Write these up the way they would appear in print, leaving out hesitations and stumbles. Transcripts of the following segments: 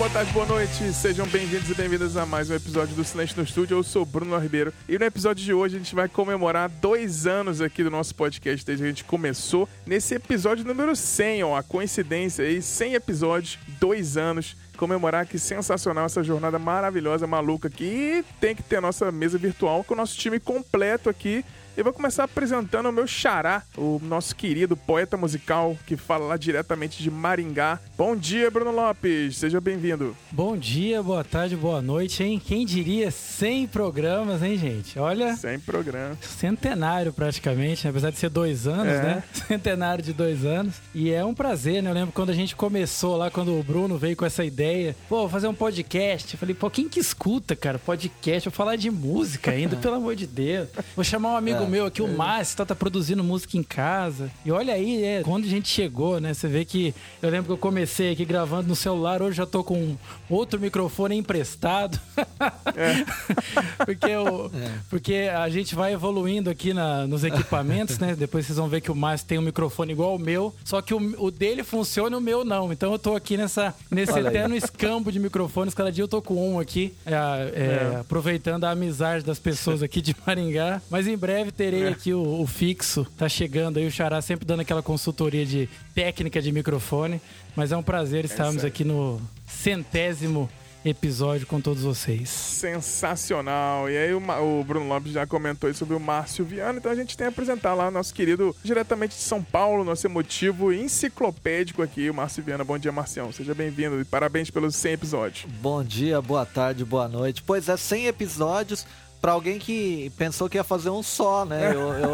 boa tarde, boa noite. Sejam bem-vindos e bem-vindas a mais um episódio do Silêncio no Estúdio. Eu sou o Bruno Ribeiro e no episódio de hoje a gente vai comemorar 2 anos aqui do nosso podcast desde que a gente começou. Nesse episódio número 100, ó, a coincidência aí, 100 episódios, 2 anos. Comemorar que sensacional essa jornada maravilhosa, maluca aqui. E tem que ter a nossa mesa virtual com o nosso time completo aqui. Eu vou começar apresentando o meu xará, o nosso querido poeta musical que fala lá diretamente de Maringá. Bom dia, Bruno Lopes. Seja bem-vindo. Bom dia, boa tarde, boa noite, hein? Quem diria 100 programas, hein, gente? Olha... 100 programas. Centenário, praticamente, né? Apesar de ser 2 anos, né? Centenário de 2 anos. E é um prazer, né? Eu lembro quando a gente começou lá, quando o Bruno veio com essa ideia. Pô, vou fazer um podcast. Eu falei, pô, quem que escuta, cara, podcast? Vou falar de música ainda, pelo amor de Deus. Vou chamar um amigo meu aqui, o Márcio, tá produzindo música em casa. E olha aí, quando a gente chegou, né? Você vê que... Eu lembro que eu comecei aqui gravando no celular, hoje já tô com outro microfone emprestado. Porque a gente vai evoluindo aqui nos equipamentos, né? Depois vocês vão ver que o Márcio tem um microfone igual ao meu, só que o dele funciona e o meu não. Então eu tô aqui nesse eterno escambo de microfones. Cada dia eu tô com um aqui, aproveitando a amizade das pessoas aqui de Maringá. Mas em breve terei aqui o fixo. Tá chegando aí o Xará, sempre dando aquela consultoria de técnica de microfone. Mas é um prazer estarmos aqui no 100º episódio com todos vocês. Sensacional. E aí o Bruno Lopes já comentou aí sobre o Márcio Viana, então a gente tem que apresentar lá o nosso querido, diretamente de São Paulo, nosso emotivo enciclopédico aqui, o Márcio Viana. Bom dia, Marcião. Seja bem-vindo e parabéns pelos 100 episódios. Bom dia, boa tarde, boa noite. Pois é, 100 episódios pra alguém que pensou que ia fazer um só, né?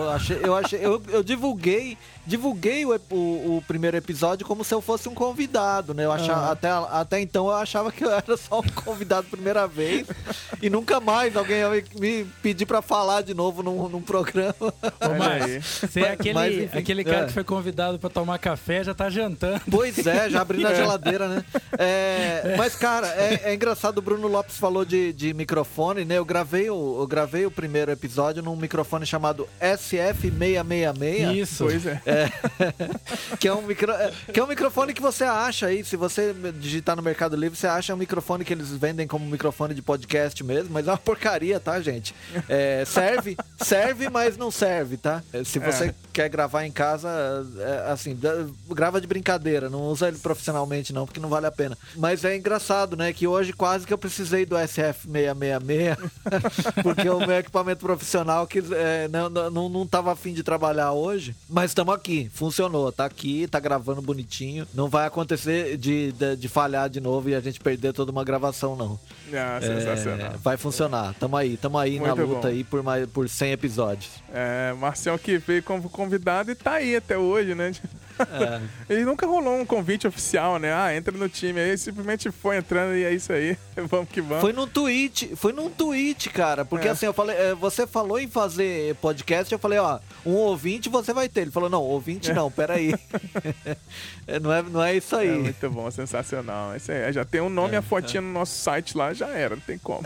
Eu divulguei o primeiro episódio como se eu fosse um convidado, né? Eu achava, até então eu achava que eu era só um convidado primeira vez e nunca mais alguém ia me pedir pra falar de novo num programa. Mas você é aquele cara que foi convidado pra tomar café, já tá jantando. Pois é, já abri na geladeira, né? Mas, cara, é engraçado, o Bruno Lopes falou de microfone, né? Eu gravei o primeiro episódio num microfone chamado SF666. Isso. Pois é. Que é um microfone que você acha aí, se você digitar no Mercado Livre, você acha um microfone que eles vendem como microfone de podcast mesmo, mas é uma porcaria, tá, gente? Serve, mas não serve, tá? Se você quer gravar em casa, assim, grava de brincadeira, não usa ele profissionalmente não, porque não vale a pena. Mas é engraçado, né, que hoje quase que eu precisei do SF666, porque o meu equipamento profissional que não tava afim de trabalhar hoje, mas estamos aqui, funcionou, tá aqui, tá gravando bonitinho, não vai acontecer de falhar de novo e a gente perder toda uma gravação, não. Sensacional. Vai funcionar, tamo aí na luta aí por 100 episódios. Marcião que veio como convidado e tá aí até hoje, né? Ele nunca rolou um convite oficial, né? Entra no time aí, simplesmente foi entrando e é isso aí. Vamos que vamos. Foi num tweet, cara, porque assim, eu falei, você falou em fazer podcast, eu falei, um ouvinte você vai ter. Ele falou, não, ouvinte não, peraí. não é isso aí. Muito bom, sensacional. Isso aí, já tem um nome e a fotinha no nosso site lá, já era, não tem como.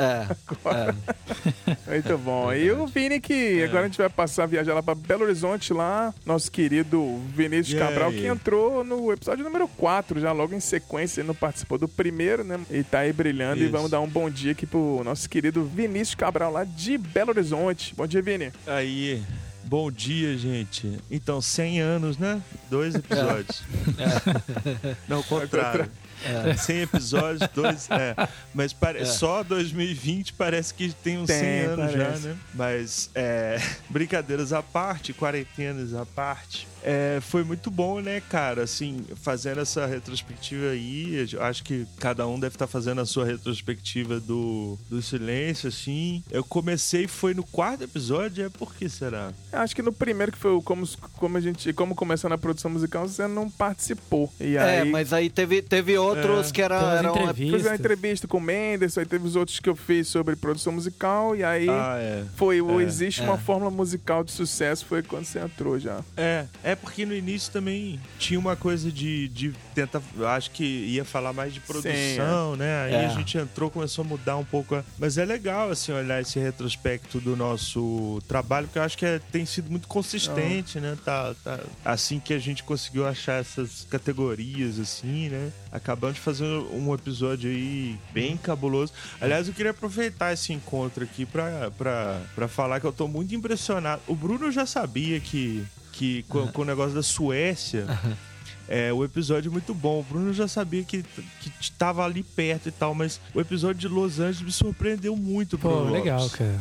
Muito bom. E o Vini que agora a gente vai passar a viajar lá pra Belo Horizonte lá, nosso querido Vinícius Cabral, que entrou no episódio número 4, já logo em sequência, ele não participou do primeiro, né? E tá aí brilhando. Isso. E vamos dar um bom dia aqui pro nosso querido Vinícius Cabral lá de Belo Horizonte. Bom dia, Vini. Aí, bom dia, gente. Então, 100 anos, né? 2 episódios. Não, o contrário. 100 episódios, 2... Mas só 2020 parece que tem uns 100 anos já, né? Mas, brincadeiras à parte, quarentenas à parte, foi muito bom, né, cara? Assim, fazendo essa retrospectiva aí, eu acho que cada um deve estar fazendo a sua retrospectiva do silêncio, assim. Eu comecei, foi no 4º episódio, por que será? Acho que no primeiro, que foi como começou na produção musical, você não participou. E aí... mas aí teve outros que eram fiz uma entrevista com o Mendes, aí teve os outros que eu fiz sobre produção musical, e aí foi o Existe uma Fórmula Musical de Sucesso, foi quando você entrou já. Porque no início também tinha uma coisa de tentar, acho que ia falar mais de produção, né? Aí a gente entrou, começou a mudar um pouco. Mas é legal, assim, olhar esse retrospecto do nosso trabalho, porque eu acho que tem sido muito consistente, né? Tá assim que a gente conseguiu achar essas categorias, assim, né? Acaba acabando de fazer um episódio aí bem cabuloso. Aliás, eu queria aproveitar esse encontro aqui pra falar que eu tô muito impressionado. O Bruno já sabia que com o negócio da Suécia... o episódio é muito bom. O Bruno já sabia que tava ali perto e tal, mas o episódio de Los Angeles me surpreendeu muito, Bruno. Pô, legal, cara.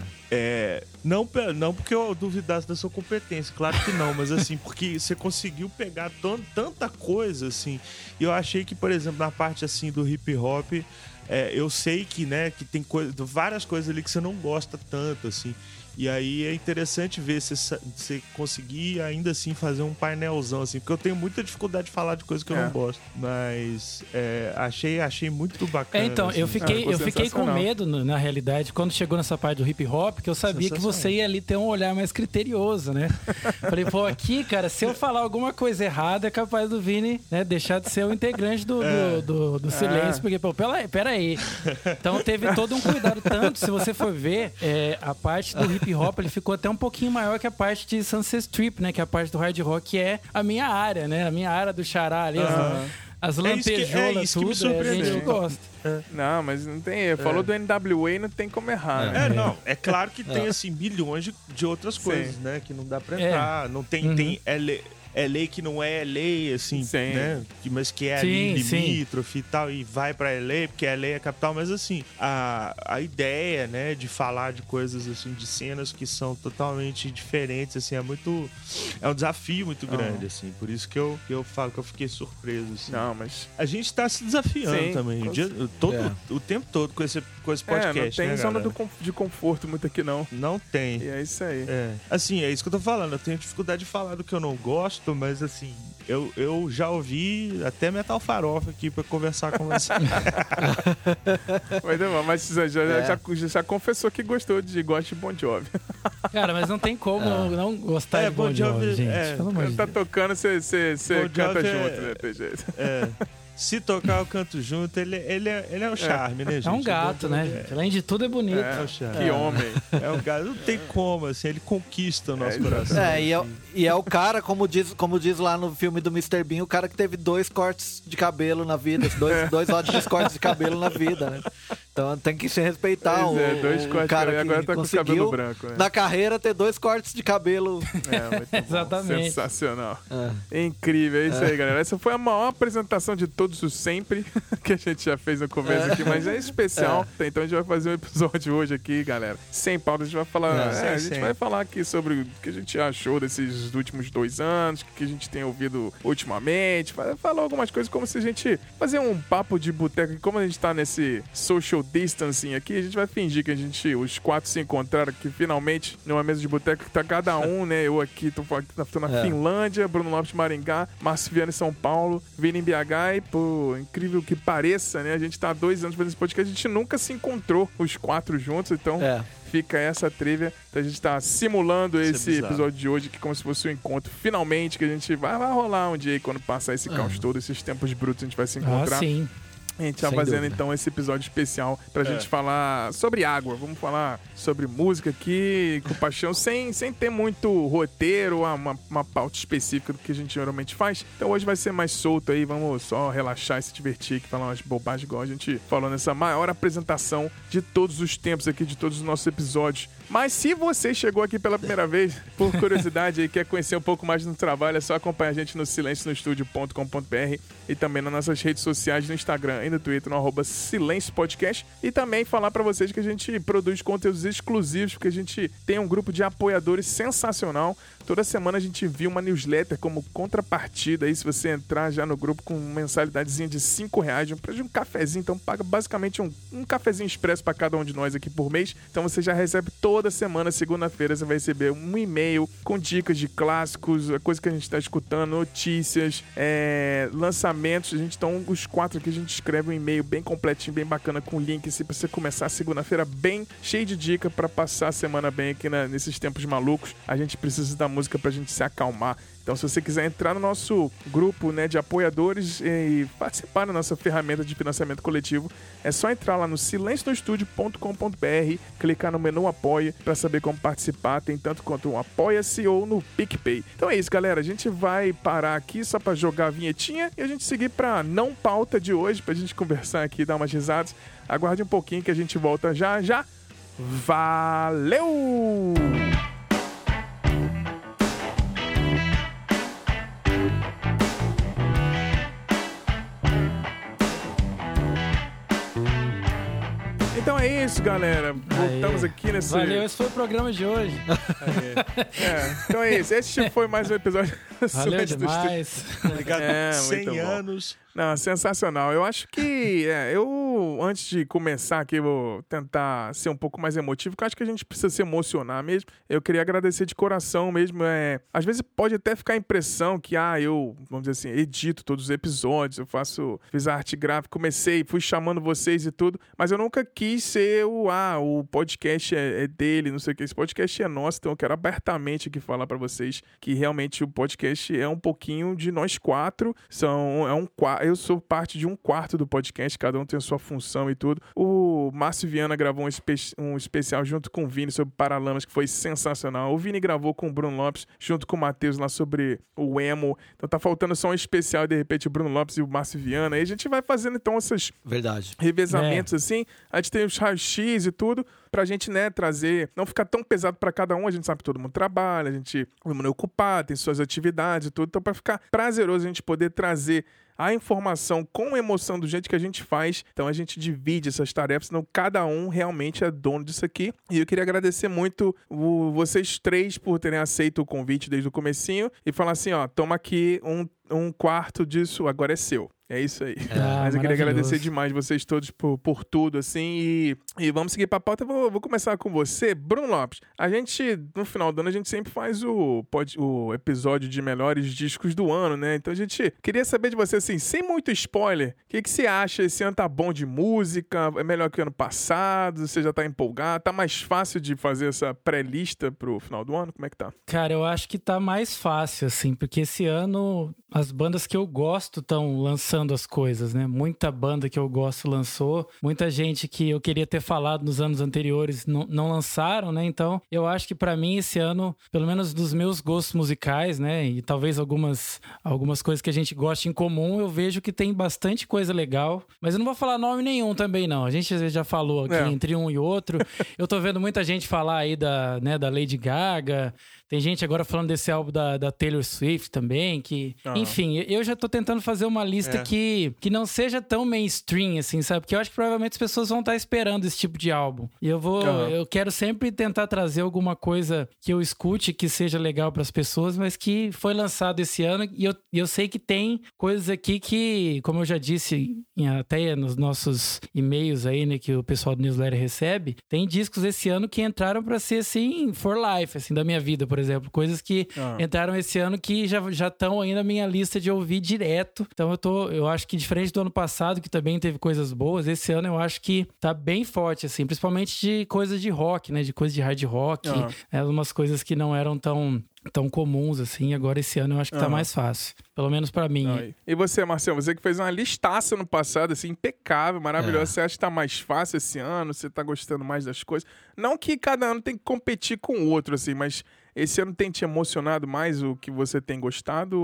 Não porque eu duvidasse da sua competência, claro que não, mas assim, porque você conseguiu pegar tanta coisa, assim. E eu achei que, por exemplo, na parte assim do hip hop, eu sei que, né, que tem várias coisas ali que você não gosta tanto, assim. E aí é interessante ver se você conseguir ainda assim fazer um painelzão, assim, porque eu tenho muita dificuldade de falar de coisa que eu não gosto. Mas achei muito bacana. Então, assim. eu fiquei com medo, na realidade, quando chegou nessa parte do hip hop, que eu sabia que você ia ali ter um olhar mais criterioso, né? Falei, pô, aqui, cara, se eu falar alguma coisa errada, é capaz do Vini, né, deixar de ser o integrante do silêncio, porque, pô, peraí. Então teve todo um cuidado, tanto, se você for ver, a parte do hip hop, ele ficou até um pouquinho maior que a parte de Sunset Strip, né? Que é a parte do hard rock, que é a minha área, né? A minha área do xará ali, as lantejoulas, tudo, a gente gosta. Não, mas não tem. Falou do NWA, não tem como errar. Né? Não. É claro que tem, assim, milhões de outras coisas, né? Que não dá pra entrar. Não tem... Tem LA que não é LA, assim, né? Mas que é ali limítrofe e tal, e vai pra LA, porque LA é a capital, mas assim, a ideia, né, de falar de coisas, assim, de cenas que são totalmente diferentes, assim, é um desafio muito grande, assim, por isso que eu falo que eu fiquei surpreso, assim. Não, mas... A gente tá se desafiando também, o tempo todo com esse podcast, não tem né, zona de conforto muito aqui, não. Não tem. E é isso aí. Assim, é isso que eu tô falando, eu tenho dificuldade de falar do que eu não gosto, mas assim, eu já ouvi até Metal Farofa aqui pra conversar com você. Mas já confessou que gosta de Bon Jovi. Cara, mas não tem como não gostar de Bon Jovi, gente. Pelo amor de Deus. Tá tocando, você canta junto, né? Tem jeito. Se tocar, eu canto junto. Ele é um charme, né, gente? É um gato, né, gente? Além de tudo, é bonito. Que homem. É um gato. Não tem como, assim. Ele conquista o nosso coração. E é o cara, como diz lá no filme do Mr. Bean, o cara que teve 2 cortes de cabelo na vida. Dois ótimos cortes de cabelo na vida, né? Então tem que se respeitar o cara que agora tá conseguiu, com o cabelo branco, né? Na carreira, ter 2 cortes de cabelo. Muito Exatamente. Sensacional. Incrível, é isso aí, galera. Essa foi a maior apresentação de todos os sempre que a gente já fez no começo aqui, mas é especial. Então a gente vai fazer um episódio hoje aqui, galera. Sem pauta, a gente vai falar. A gente vai falar aqui sobre o que a gente achou desses últimos 2 anos, o que a gente tem ouvido ultimamente. Falar algumas coisas como se a gente fazer um papo de boteco. Como a gente tá nesse social distancing aqui, a gente vai fingir que os 4 se encontraram aqui finalmente numa mesa de boteco que tá cada um, né? Eu aqui tô na Finlândia, Bruno Lopes Maringá, Márcio Viana em São Paulo, Vini em BH e, pô, incrível que pareça, né? A gente tá há 2 anos fazendo esse podcast, a gente nunca se encontrou os 4 juntos, então fica essa trivia. Então a gente tá simulando esse episódio de hoje, que como se fosse um encontro, finalmente, que a gente vai rolar um dia aí, quando passar esse caos todo, esses tempos brutos, a gente vai se encontrar. Sim. A gente tá fazendo então esse episódio especial pra gente falar sobre água. Vamos falar sobre música aqui, com paixão, sem ter muito roteiro, uma pauta específica do que a gente geralmente faz. Então hoje vai ser mais solto aí, vamos só relaxar e se divertir aqui, falar umas bobagens igual a gente falou nessa maior apresentação de todos os tempos aqui, de todos os nossos episódios. Mas se você chegou aqui pela primeira vez, por curiosidade e quer conhecer um pouco mais do trabalho, é só acompanhar a gente no silencionostudio.com.br e também nas nossas redes sociais, no Instagram e no Twitter, no @silencio_podcast. E também falar pra vocês que a gente produz conteúdos exclusivos, porque a gente tem um grupo de apoiadores sensacional. Toda semana a gente envia uma newsletter como contrapartida. Aí se você entrar já no grupo com uma mensalidadezinha de R$5, de um cafezinho, então paga basicamente um cafezinho expresso para cada um de nós aqui por mês. Então você já recebe toda semana, segunda-feira, você vai receber um e-mail com dicas de clássicos, a coisa que a gente está escutando, notícias, lançamentos. Então os 4 aqui a gente escreve um e-mail bem completinho, bem bacana, com link assim, para você começar a segunda-feira bem cheio de dica para passar a semana bem aqui nesses tempos malucos. A gente precisa da música pra gente se acalmar. Então, se você quiser entrar no nosso grupo, né, de apoiadores e participar da nossa ferramenta de financiamento coletivo, é só entrar lá no silencionostudio.com.br, clicar no menu Apoia para saber como participar. Tem tanto quanto um Apoia-se ou no PicPay. Então é isso, galera. A gente vai parar aqui só para jogar a vinhetinha e a gente seguir para não pauta de hoje, pra gente conversar aqui, dar umas risadas. Aguarde um pouquinho que a gente volta já já. Valeu! Então é isso, galera. Voltamos aqui nesse... Valeu, esse foi o programa de hoje. Então é isso. Esse foi mais um episódio. Valeu demais. Obrigado. 100 anos. Não, sensacional. Eu acho que eu, antes de começar aqui, vou tentar ser um pouco mais emotivo, porque eu acho que a gente precisa se emocionar mesmo. Eu queria agradecer de coração mesmo. Às vezes pode até ficar a impressão que, eu, vamos dizer assim, edito todos os episódios, fiz a arte gráfica, fui chamando vocês e tudo, mas eu nunca quis ser o podcast é dele, não sei o que. Esse podcast é nosso, então eu quero abertamente aqui falar pra vocês que realmente o podcast é um pouquinho de nós quatro. Eu sou parte de um quarto do podcast, cada um tem a sua função e tudo. O Márcio Viana gravou um especial junto com o Vini sobre Paralamas, que foi sensacional. O Vini gravou com o Bruno Lopes, junto com o Matheus lá sobre o emo. Então tá faltando só um especial, de repente, o Bruno Lopes e o Márcio Viana. Aí a gente vai fazendo, então, esses revezamentos, assim. A gente tem os raios-x e tudo, pra gente, né, trazer, não ficar tão pesado pra cada um. A gente sabe que todo mundo trabalha, a gente é ocupado, tem suas atividades e tudo. Então, pra ficar prazeroso a gente poder trazer a informação com emoção do jeito que a gente faz. Então a gente divide essas tarefas, senão cada um realmente é dono disso aqui. E eu queria agradecer muito vocês três por terem aceito o convite desde o comecinho e falar assim, toma aqui um quarto disso, agora é seu. É isso aí. Mas eu queria agradecer demais vocês todos por tudo, assim. E vamos seguir pra pauta. Vou começar com você, Bruno Lopes. A gente, no final do ano, a gente sempre faz o episódio de melhores discos do ano, né? Então a gente queria saber de você, assim, sem muito spoiler, o que você acha? Esse ano tá bom de música? É melhor que o ano passado? Você já tá empolgado? Tá mais fácil de fazer essa pré-lista pro final do ano? Como é que tá? Cara, eu acho que tá mais fácil, assim, porque esse ano as bandas que eu gosto estão lançando as coisas, né? Muita banda que eu gosto lançou, muita gente que eu queria ter falado nos anos anteriores não lançaram, né? Então, eu acho que pra mim esse ano, pelo menos dos meus gostos musicais, né? E talvez algumas coisas que a gente gosta em comum, eu vejo que tem bastante coisa legal. Mas eu não vou falar nome nenhum também, não. A gente já falou aqui entre um e outro. Eu tô vendo muita gente falar aí da Lady Gaga. Tem gente agora falando desse álbum da Taylor Swift também, que... Enfim, eu já tô tentando fazer uma lista que não seja tão mainstream, assim, sabe? Porque eu acho que provavelmente as pessoas vão estar esperando esse tipo de álbum. E eu quero sempre tentar trazer alguma coisa que eu escute, que seja legal pras pessoas, mas que foi lançado esse ano. E eu sei que tem coisas aqui que, como eu já disse até nos nossos e-mails aí, né, que o pessoal do newsletter recebe, tem discos esse ano que entraram pra ser, assim, for life, assim, da minha vida, por exemplo. Coisas que entraram esse ano que já estão aí na minha lista de ouvir direto. Então eu acho que diferente do ano passado, que também teve coisas boas, esse ano eu acho que tá bem forte, assim, principalmente de coisas de rock, né? De coisas de hard rock, umas coisas que não eram tão comuns, assim. Agora esse ano eu acho que tá mais fácil. Pelo menos pra mim. E você, Marcelo? Você que fez uma listaça no passado, assim, impecável, maravilhosa. Você acha que tá mais fácil esse ano? Você tá gostando mais das coisas? Não que cada ano tem que competir com o outro, assim, mas esse ano tem te emocionado mais o que você tem gostado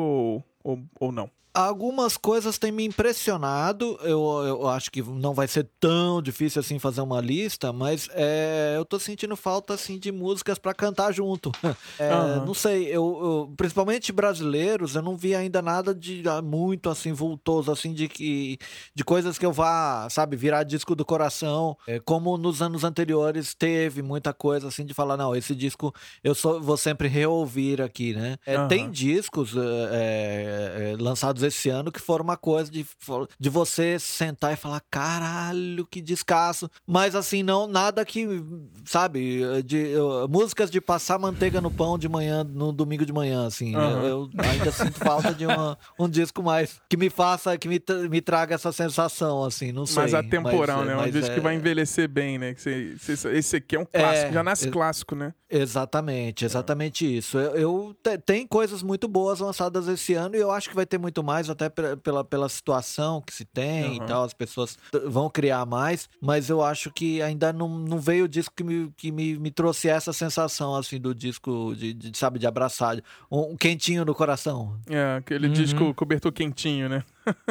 ou não? Algumas coisas têm me impressionado. Eu acho que não vai ser tão difícil assim fazer uma lista, mas eu tô sentindo falta assim de músicas pra cantar junto. Não sei, eu principalmente brasileiros, eu não vi ainda nada de muito assim vultoso, assim de coisas que eu vá, sabe, virar disco do coração, como nos anos anteriores teve muita coisa assim de falar, não, esse disco vou sempre reouvir aqui, né? Tem discos lançados lançados esse ano que foram uma coisa de você sentar e falar, caralho, que descasso. Mas assim, não, nada que, sabe, músicas de passar manteiga no pão de manhã, no domingo de manhã, assim. Eu ainda sinto falta de um disco mais que me faça, que me traga essa sensação, assim, não sei. Mais atemporal, né? Um disco que vai envelhecer bem, né? Esse aqui é um clássico, já nasce clássico, né? Exatamente isso. Tem coisas muito boas lançadas esse ano e eu acho que vai ter muito mais, até pela situação que se tem e tal, as pessoas vão criar mais, mas eu acho que ainda não veio o disco que me trouxe essa sensação, assim, do disco, sabe, de abraçar, um quentinho no coração. Aquele disco cobertor quentinho, né?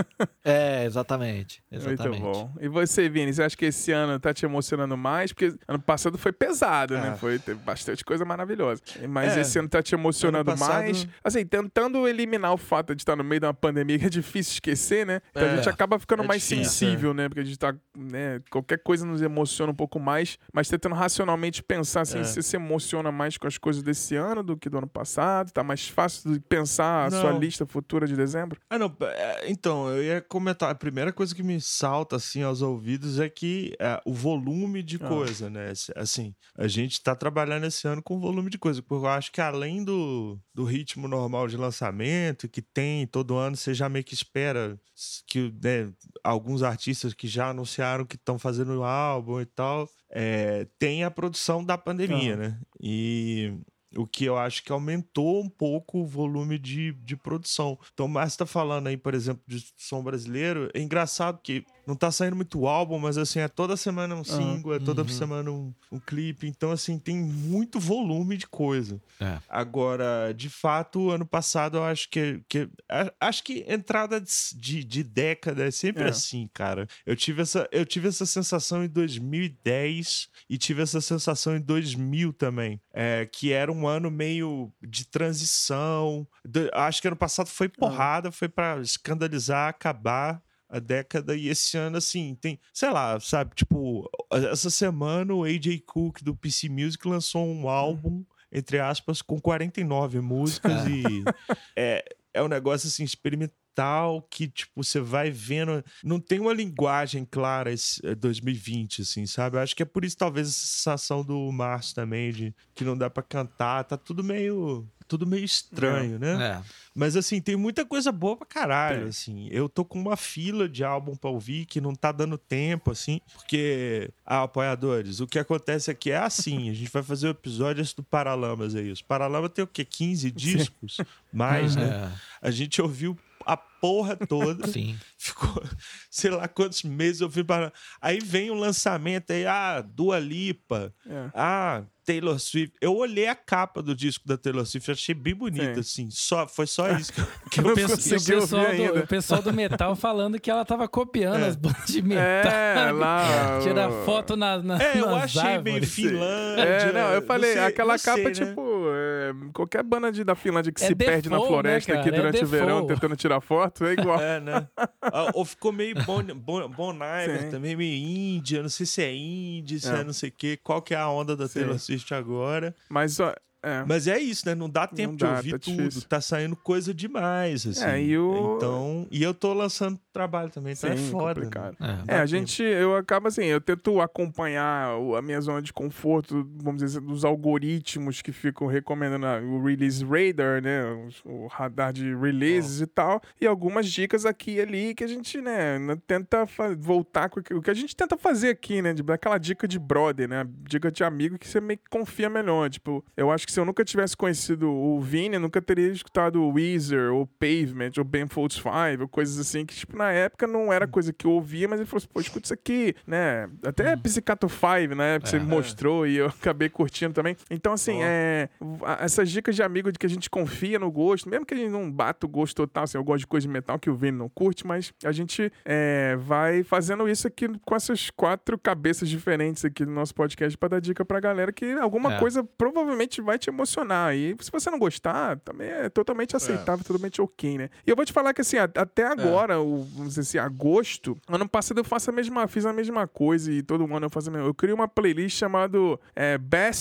Exatamente. Muito bom. E você, Vini, você acha que esse ano tá te emocionando mais? Porque ano passado foi pesado, né? Teve bastante coisa maravilhosa. Mas esse ano tá te emocionando mais? Assim, tentando eliminar o fato de estar no meio de uma pandemia que é difícil esquecer, né? Então a gente acaba ficando mais sensível, né? Porque a gente tá, né? Qualquer coisa nos emociona um pouco mais, mas tentando racionalmente pensar assim, você se emociona mais com as coisas desse ano do que do ano passado? Tá mais fácil de pensar a sua lista futura de dezembro? Então, eu ia comentar, a primeira coisa que me salta, assim, aos ouvidos é que o volume de coisa, né? Assim, a gente tá trabalhando esse ano com volume de coisa, porque eu acho que além do ritmo normal de lançamento, que tem todo ano, você já meio que espera que, né, alguns artistas que já anunciaram que estão fazendo álbum e tal, tem a produção da pandemia, né? E o que eu acho que aumentou um pouco o volume de produção. Então, o Márcio tá falando aí, por exemplo, de som brasileiro. É engraçado que não tá saindo muito álbum, mas assim, é toda semana um single, toda semana um clipe. Então, assim, tem muito volume de coisa. Agora, de fato, ano passado eu acho acho que entrada de década é sempre assim, cara. Eu tive essa sensação em 2010 e tive essa sensação em 2000 também. Que era um ano meio de transição. Acho que ano passado foi porrada, foi pra escandalizar, acabar a década, e esse ano, assim, tem, sei lá, sabe, tipo, essa semana o AJ Cook do PC Music lançou um álbum, entre aspas, com 49 músicas e é um negócio, assim, experimental que, tipo, você vai vendo, não tem uma linguagem clara esse 2020, assim, sabe? Eu acho que é por isso, talvez, essa sensação do Márcio também, de que não dá pra cantar, tá tudo meio estranho, né? Mas, assim, tem muita coisa boa pra caralho, assim. Eu tô com uma fila de álbum pra ouvir que não tá dando tempo, assim, porque, apoiadores, o que acontece aqui é assim, a gente vai fazer o episódio do Paralamas aí. Os Paralamas tem o quê? 15 discos? Mais, né? A gente ouviu a porra toda. Sim. Ficou, sei lá quantos meses eu fui para. Aí vem o lançamento aí, Dua Lipa, Taylor Swift. Eu olhei a capa do disco da Taylor Swift, achei bem bonita, assim. Foi só isso que eu consegui ouvir ainda. O pessoal do metal falando que ela tava copiando as bandas de metal. Lá. Tirar foto nas eu achei árvores. meio Finlândia. Não, eu falei, aquela capa, né? tipo, qualquer banda da Finlândia que se default, perde na floresta, né, aqui durante o verão, tentando tirar foto, é igual. Né? Ou ficou meio Bon Iver também, meio Índia, não sei se é Índia, se é não sei o quê. Qual que é a onda da Taylor Swift agora? Mas, Mas é isso, né? Não dá tempo de ouvir tudo. Difícil. Tá saindo coisa demais, assim. Então, e eu tô lançando trabalho também, então é foda. Complicado. Eu acabo assim, eu tento acompanhar a minha zona de conforto, vamos dizer, dos algoritmos que ficam recomendando o Release Radar, né? O radar de releases e tal. E algumas dicas aqui e ali que a gente, né, tenta voltar com o que a gente tenta fazer aqui, né? Aquela dica de brother, né? Dica de amigo que você meio que confia melhor. Tipo, eu acho que se eu nunca tivesse conhecido o Vini, eu nunca teria escutado o Weezer, ou Pavement, ou Ben Folds 5, ou coisas assim que, tipo, na época não era coisa que eu ouvia, mas ele falou assim, pô, escuta isso aqui, né? Até Pizzicato 5, na época, você me mostrou e eu acabei curtindo também. Então, assim, essas dicas de amigo de que a gente confia no gosto, mesmo que a gente não bata o gosto total, assim, eu gosto de coisa de metal que o Vini não curte, mas a gente vai fazendo isso aqui com essas 4 cabeças diferentes aqui do nosso podcast pra dar dica pra galera que alguma coisa provavelmente vai te emocionar. E se você não gostar, também é totalmente aceitável, totalmente ok, né? E eu vou te falar que, assim, até agora, vamos dizer assim, agosto, ano passado eu fiz a mesma coisa e todo ano eu faço a mesma. Eu criei uma playlist chamada Best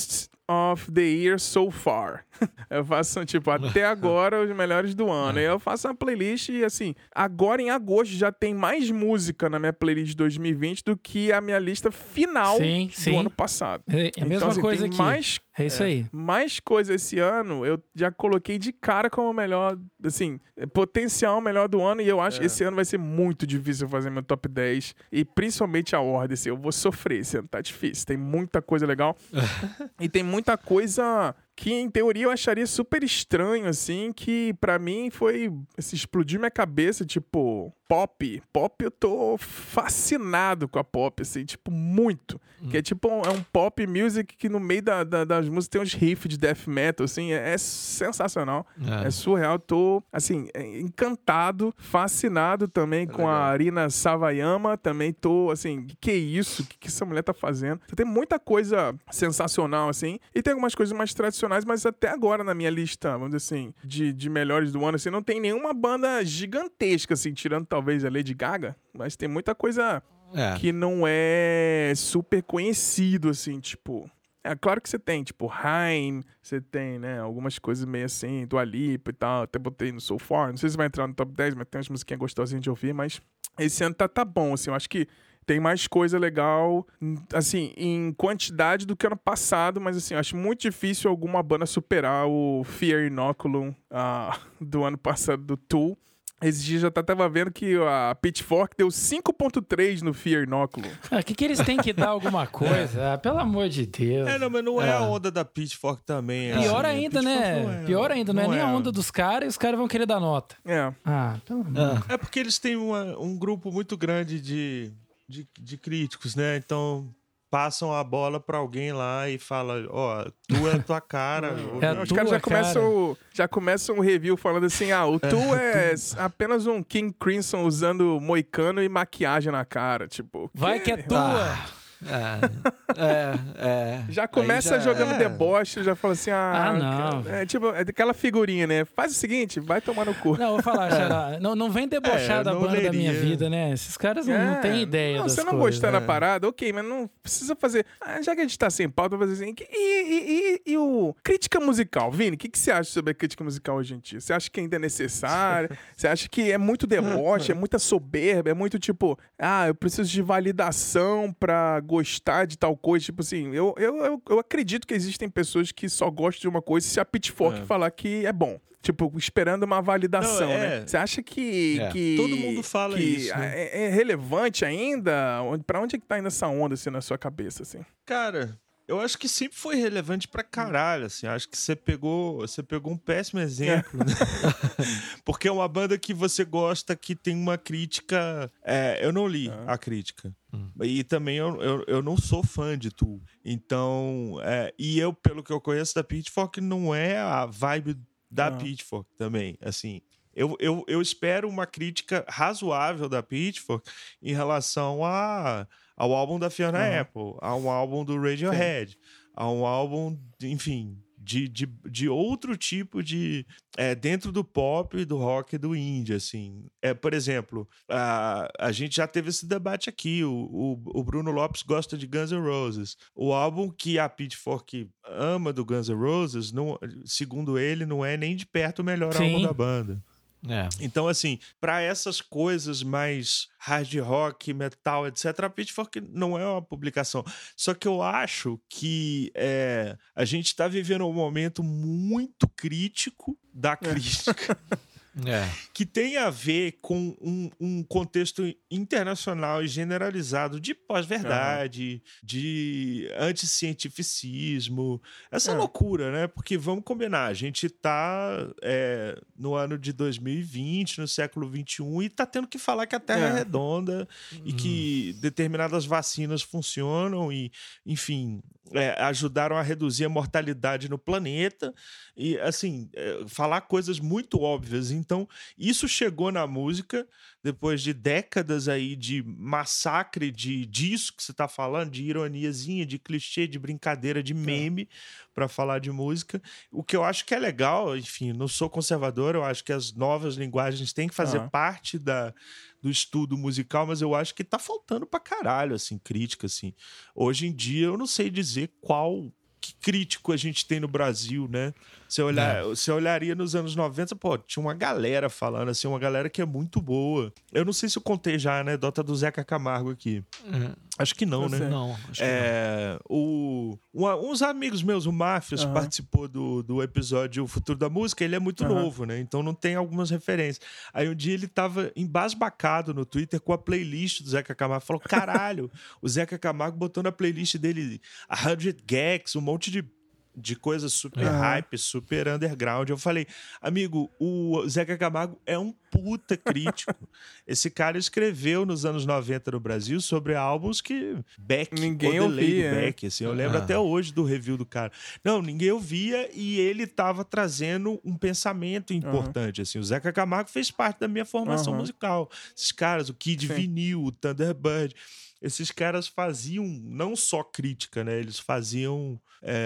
of the Year So Far. Eu faço, tipo, até agora os melhores do ano. E eu faço uma playlist e, assim, agora em agosto já tem mais música na minha playlist de 2020 do que a minha lista final do ano passado. É a mesma assim, coisa tem aqui. Mais, é isso aí. Mais coisa esse ano, eu já coloquei de cara como o melhor, assim, potencial melhor do ano. E eu acho que esse ano vai ser muito difícil fazer meu top 10. E principalmente a ordem, assim, eu vou sofrer esse ano, tá difícil. Tem muita coisa legal. E tem muita coisa que, em teoria, eu acharia super estranho, assim, que pra mim foi, assim, explodiu minha cabeça, tipo, pop. Pop, eu tô fascinado com a pop, assim, tipo, muito. Que é tipo, é um pop music que no meio das músicas tem uns riffs de death metal, assim, é sensacional. É surreal, tô, assim, encantado, fascinado também com a Arina Sawayama, também tô, assim, que é isso? Que essa mulher tá fazendo? Então, tem muita coisa sensacional, assim, e tem algumas coisas mais tradicionais, mas até agora na minha lista, vamos dizer assim, de melhores do ano, assim, não tem nenhuma banda gigantesca, assim, tirando talvez a Lady Gaga, mas tem muita coisa que não é super conhecido, assim, tipo... É claro que você tem, tipo, Haim, você tem, né, algumas coisas meio assim, Dua Lipa e tal, até botei no So Far, não sei se vai entrar no top 10, mas tem umas musiquinhas gostosinhas de ouvir, mas esse ano tá bom, assim, eu acho que tem mais coisa legal, assim, em quantidade do que ano passado, mas, assim, eu acho muito difícil alguma banda superar o Fear Inoculum do ano passado, do Tool. Esses dias já tava vendo que a Pitchfork deu 5.3 no Fear Inoculum. O que eles têm que dar alguma coisa? Pelo amor de Deus. Não, mas não é a onda da Pitchfork também. Pior ainda, né? Pior ainda, não é nem a onda dos caras e os caras vão querer dar nota. É porque eles têm um grupo muito grande de críticos, né? Então passam a bola pra alguém lá e fala, tu é a tua cara. Os caras já começam o review falando assim, o tu é apenas um King Crimson usando moicano e maquiagem na cara, tipo... Vai que é tua! Já começa jogando deboche, já fala assim, não. É tipo, aquela figurinha, né? Faz o seguinte, vai tomar no cu. Não, vou falar, Xará, não vem debochar da banda da minha vida, né? Esses caras não têm ideia das coisas. Você não gostar da parada, ok, mas não precisa fazer... já que a gente tá sem pauta, eu vou fazer assim, e o... Crítica musical, Vini, o que você acha sobre a crítica musical hoje em dia? Você acha que ainda é necessária? Você acha que é muito deboche, é muita soberba, é muito tipo, eu preciso de validação pra gostar de tal coisa, tipo assim, eu acredito que existem pessoas que só gostam de uma coisa se a Pitchfork falar que é bom. Tipo, esperando uma validação, né? Você acha que todo mundo fala isso, né? É relevante ainda? Pra onde é que tá indo essa onda, assim, na sua cabeça, assim? Cara... Eu acho que sempre foi relevante pra caralho, assim. Acho que você pegou um péssimo exemplo, né? Porque é uma banda que você gosta, que tem uma crítica... eu não li a crítica. E também eu não sou fã de Tool. Então... e eu, pelo que eu conheço da Pitchfork, não é a vibe da Pitchfork também, assim... Eu espero uma crítica razoável da Pitchfork em relação ao álbum da Fiona Apple, a um álbum do Radiohead, a um álbum, enfim, de outro tipo de... dentro do pop, do rock e do indie, assim. Por exemplo, a gente já teve esse debate aqui, o Bruno Lopes gosta de Guns N' Roses. O álbum que a Pitchfork ama do Guns N' Roses, não, segundo ele, não é nem de perto o melhor álbum da banda. Então, assim, para essas coisas mais hard rock, metal, etc., a Pitchfork não é uma publicação. Só que eu acho que a gente está vivendo um momento muito crítico da crítica. Que tem a ver com um contexto internacional e generalizado de pós-verdade, de anticientificismo, essa loucura, né? Porque vamos combinar, a gente tá no ano de 2020, no século XXI, e tá tendo que falar que a Terra é redonda e que determinadas vacinas funcionam e, enfim, ajudaram a reduzir a mortalidade no planeta e, assim, falar coisas muito óbvias. Então, isso chegou na música depois de décadas aí de massacre disso que você tá falando, de ironiazinha, de clichê, de brincadeira, de meme para falar de música. O que eu acho que é legal, enfim, não sou conservador, eu acho que as novas linguagens têm que fazer parte do estudo musical, mas eu acho que tá faltando pra caralho, assim, crítica, assim. Hoje em dia eu não sei dizer qual... Que crítico a gente tem no Brasil, né? Você olharia nos anos 90, pô, tinha uma galera falando, assim, uma galera que é muito boa. Eu não sei se eu contei já a anedota do Zeca Camargo aqui. Acho que não, né? Não, acho que não. Uns amigos meus, o Máfios, participou do episódio O Futuro da Música, ele é muito novo, né? Então não tem algumas referências. Aí um dia ele tava embasbacado no Twitter com a playlist do Zeca Camargo. Falou, caralho, o Zeca Camargo botou na playlist dele 100 Gags, um monte de coisa super hype, super underground. Eu falei, amigo, o Zeca Camargo é um puta crítico. Esse cara escreveu nos anos 90 no Brasil sobre álbuns que ninguém ouvia. Beck, assim, eu lembro até hoje do review do cara. Não, ninguém ouvia e ele tava trazendo um pensamento importante. Assim, o Zeca Camargo fez parte da minha formação musical. Esses caras, o Kid Vinil, o Thunderbird, esses caras faziam não só crítica, né? Eles faziam...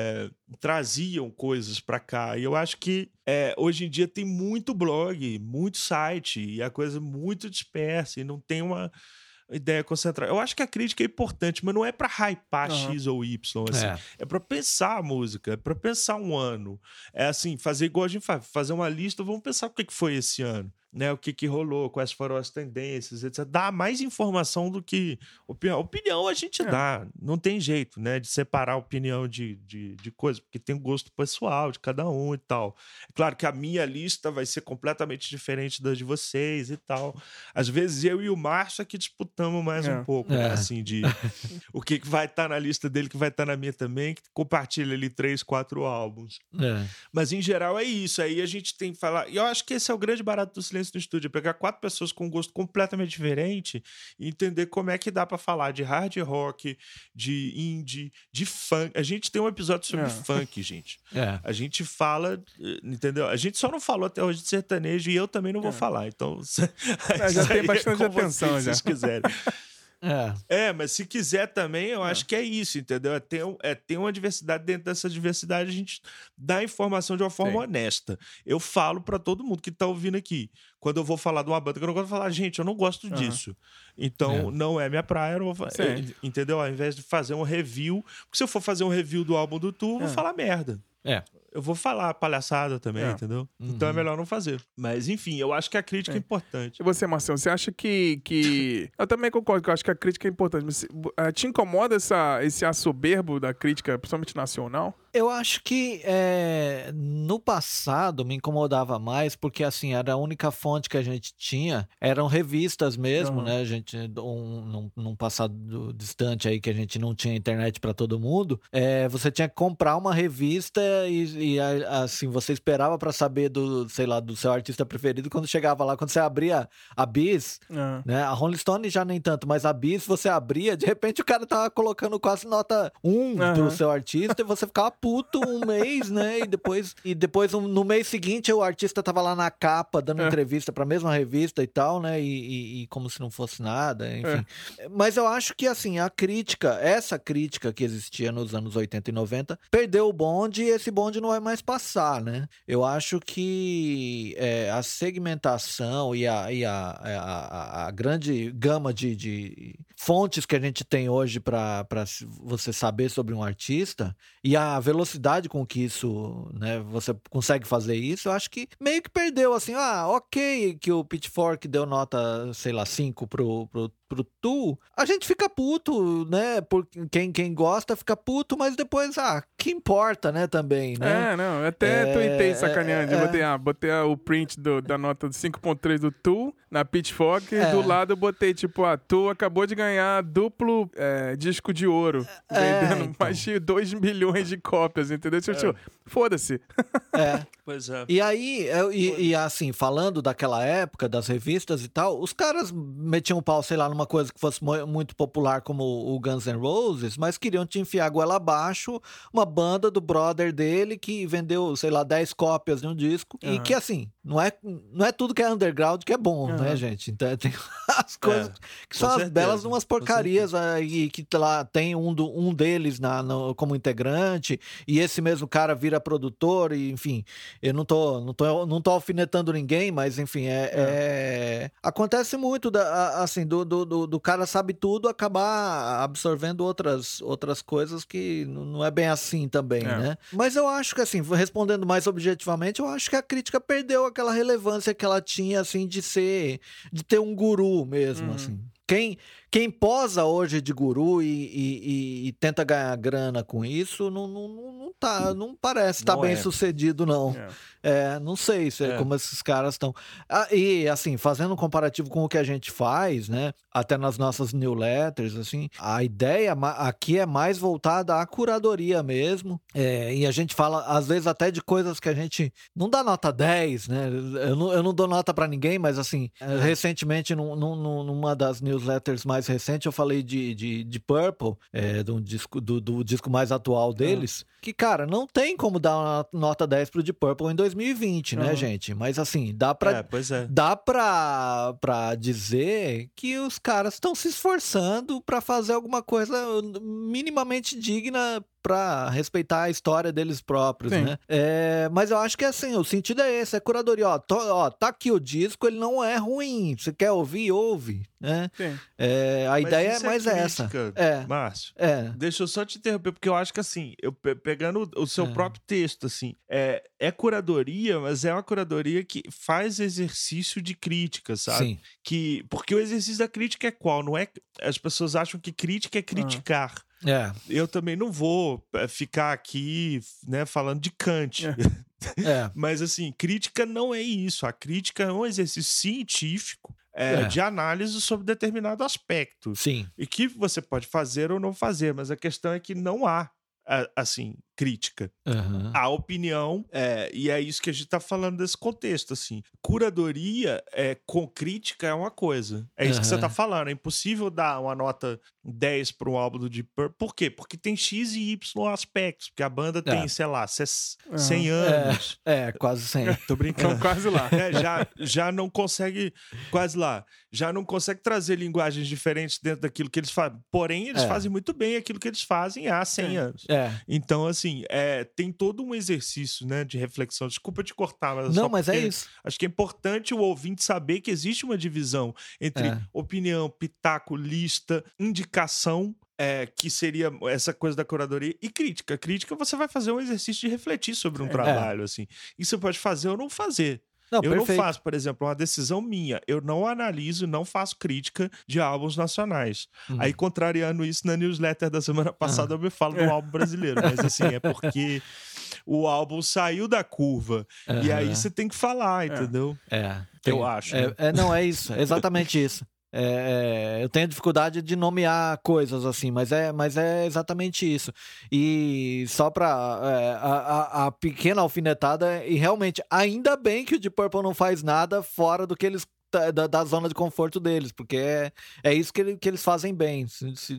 traziam coisas pra cá. E eu acho que hoje em dia tem muito blog, muito site, e a coisa muito dispersa, e não tem uma ideia concentrada. Eu acho que a crítica é importante, mas não é pra hypar X ou Y, assim. É pra pensar a música, é pra pensar um ano. É assim, fazer igual a gente faz, fazer uma lista, vamos pensar o que foi esse ano. Né, o que rolou, quais foram as tendências, etc. Dá mais informação do que opinião. Opinião a gente dá, não tem jeito, né, de separar opinião de coisa, porque tem um gosto pessoal de cada um e tal. É claro que a minha lista vai ser completamente diferente da de vocês e tal. Às vezes eu e o Márcio aqui disputamos mais um pouco, né, assim, de o que vai estar na lista dele, que vai estar na minha também, que compartilha ali 3, 4 álbuns. Mas em geral é isso, aí a gente tem que falar, e eu acho que esse é o grande barato do Silêncio no Estúdio, é pegar 4 pessoas com um gosto completamente diferente e entender como é que dá pra falar de hard rock, de indie, de funk. A gente tem um episódio sobre funk, gente. A gente fala, entendeu? A gente só não falou até hoje de sertanejo e eu também não vou falar, então... já tem bastante atenção, vocês, já. Se vocês quiserem. Mas se quiser também, eu acho que é isso, entendeu? É ter uma diversidade, dentro dessa diversidade a gente dá informação de uma forma honesta. Eu falo pra todo mundo que tá ouvindo aqui, quando eu vou falar de uma banda que eu não gosto de falar, gente, eu não gosto disso. Então, não é minha praia, eu não vou entendeu? Ao invés de fazer um review, porque se eu for fazer um review do álbum do Tu, eu vou falar merda. Eu vou falar palhaçada também, entendeu? Então é melhor não fazer. Mas, enfim, eu acho que a crítica é importante. E você, Marcelo, você acha que... Eu também concordo que eu acho que a crítica é importante, mas te incomoda esse assoberbo da crítica, principalmente nacional? Eu acho que no passado me incomodava mais, porque assim, era a única fonte que a gente tinha, eram revistas mesmo, né? A gente, num passado distante aí que a gente não tinha internet para todo mundo, você tinha que comprar uma revista e assim, você esperava para saber do seu artista preferido quando chegava lá, quando você abria a Bis, né? A Rolling Stone já nem tanto, mas a Bis você abria, de repente o cara tava colocando quase nota 1 pro seu artista e você ficava puto um mês, né? E depois no mês seguinte o artista tava lá na capa dando entrevista pra mesma revista e tal, né? E como se não fosse nada, enfim. Mas eu acho que assim, essa crítica que existia nos anos 80 e 90 perdeu o bonde e esse bonde não vai mais passar, né? Eu acho que a segmentação e a grande gama de fontes que a gente tem hoje para você saber sobre um artista e a velocidade com que isso, né, você consegue fazer isso, eu acho que meio que perdeu, assim, ok que o Pitchfork deu nota, sei lá, 5 pro Tu, a gente fica puto, né, por quem gosta fica puto, mas depois, que importa, né, também, né? Eu até tuitei sacaneando, botei o print da nota de 5.3 do Tu na Pitchfork e do lado eu botei, tipo, Tu acabou de ganhar duplo disco de ouro, vendendo mais de 2 milhões de cópias, entendeu? Tipo, foda-se. Pois é. E aí, assim, falando daquela época, das revistas e tal, os caras metiam o pau, sei lá, numa coisa que fosse muito popular como o Guns N' Roses, mas queriam te enfiar a goela abaixo uma banda do brother dele que vendeu, sei lá, 10 cópias de um disco e que, assim, não é tudo que é underground que é bom, né, gente? Então tem as coisas que são as belas umas porcarias aí, que lá tem um deles como integrante e esse mesmo cara vira produtor e, enfim, eu não tô alfinetando ninguém, mas enfim, acontece muito assim, do cara sabe tudo acabar absorvendo outras coisas que não é bem assim também, né? Mas eu acho que, assim, respondendo mais objetivamente, eu acho que a crítica perdeu aquela relevância que ela tinha, assim, de ter um guru mesmo, assim. Quem posa hoje de guru e tenta ganhar grana com isso, não parece estar bem sucedido, não. Não sei como esses caras estão. E, assim, fazendo um comparativo com o que a gente faz, né? Até nas nossas newsletters, assim, a ideia aqui é mais voltada à curadoria mesmo. E a gente fala, às vezes, até de coisas que a gente não dá nota 10, né? Eu não dou nota pra ninguém, mas, assim, recentemente, numa das newsletters mais recentes, eu falei de Purple, do disco mais atual deles, que, cara, não tem como dar uma nota 10 pro Deep Purple em 2020, né, gente? Mas, assim, dá pra dizer que os caras estão se esforçando pra fazer alguma coisa minimamente digna pra respeitar a história deles próprios, né? Mas eu acho que, assim, o sentido é esse, é curadoria. Tá aqui o disco, ele não é ruim. Você quer ouvir? Ouve, né? A ideia é mais essa. Márcio, deixa eu só te interromper, porque eu acho que, assim, pegando o seu próprio texto, assim, é curadoria, mas é uma curadoria que faz exercício de crítica, sabe? Sim. Porque o exercício da crítica é qual? Não é... As pessoas acham que crítica é criticar. Eu também não vou ficar aqui, né, falando de Kant. Mas, assim, crítica não é isso. A crítica é um exercício científico de análise sobre determinado aspecto. Sim. E que você pode fazer ou não fazer, mas a questão é que não há, assim, crítica. A opinião, e é isso que a gente tá falando desse contexto, assim. Curadoria com crítica é uma coisa. É isso que você tá falando. É impossível dar uma nota 10 para um álbum do Deep Purple. Por quê? Porque tem X e Y aspectos. Porque a banda tem, sei lá, 100 anos. Quase 100. Tô brincando. Então, quase lá. Já não consegue... Quase lá. Já não consegue trazer linguagens diferentes dentro daquilo que eles fazem. Porém, eles fazem muito bem aquilo que eles fazem há 100 anos. Então, assim, tem todo um exercício, né, de reflexão. Desculpa te cortar, mas é isso. Acho que é importante o ouvinte saber que existe uma divisão entre opinião, pitaco, lista, indicação, que seria essa coisa da curadoria, e crítica. Crítica, você vai fazer um exercício de refletir sobre um trabalho, assim. E você pode fazer ou não fazer. Não faço, por exemplo, uma decisão minha. Eu não analiso, não faço crítica de álbuns nacionais. Aí, contrariando isso, na newsletter da semana passada, eu me falo de um álbum brasileiro. Mas, assim, é porque o álbum saiu da curva. E aí você tem que falar, entendeu? Eu acho. Não, é isso. É exatamente isso. Eu tenho dificuldade de nomear coisas assim, mas é exatamente isso. E só pra a pequena alfinetada, e realmente, ainda bem que o Deep Purple não faz nada fora do que eles da zona de conforto deles, porque é isso que eles fazem bem. Se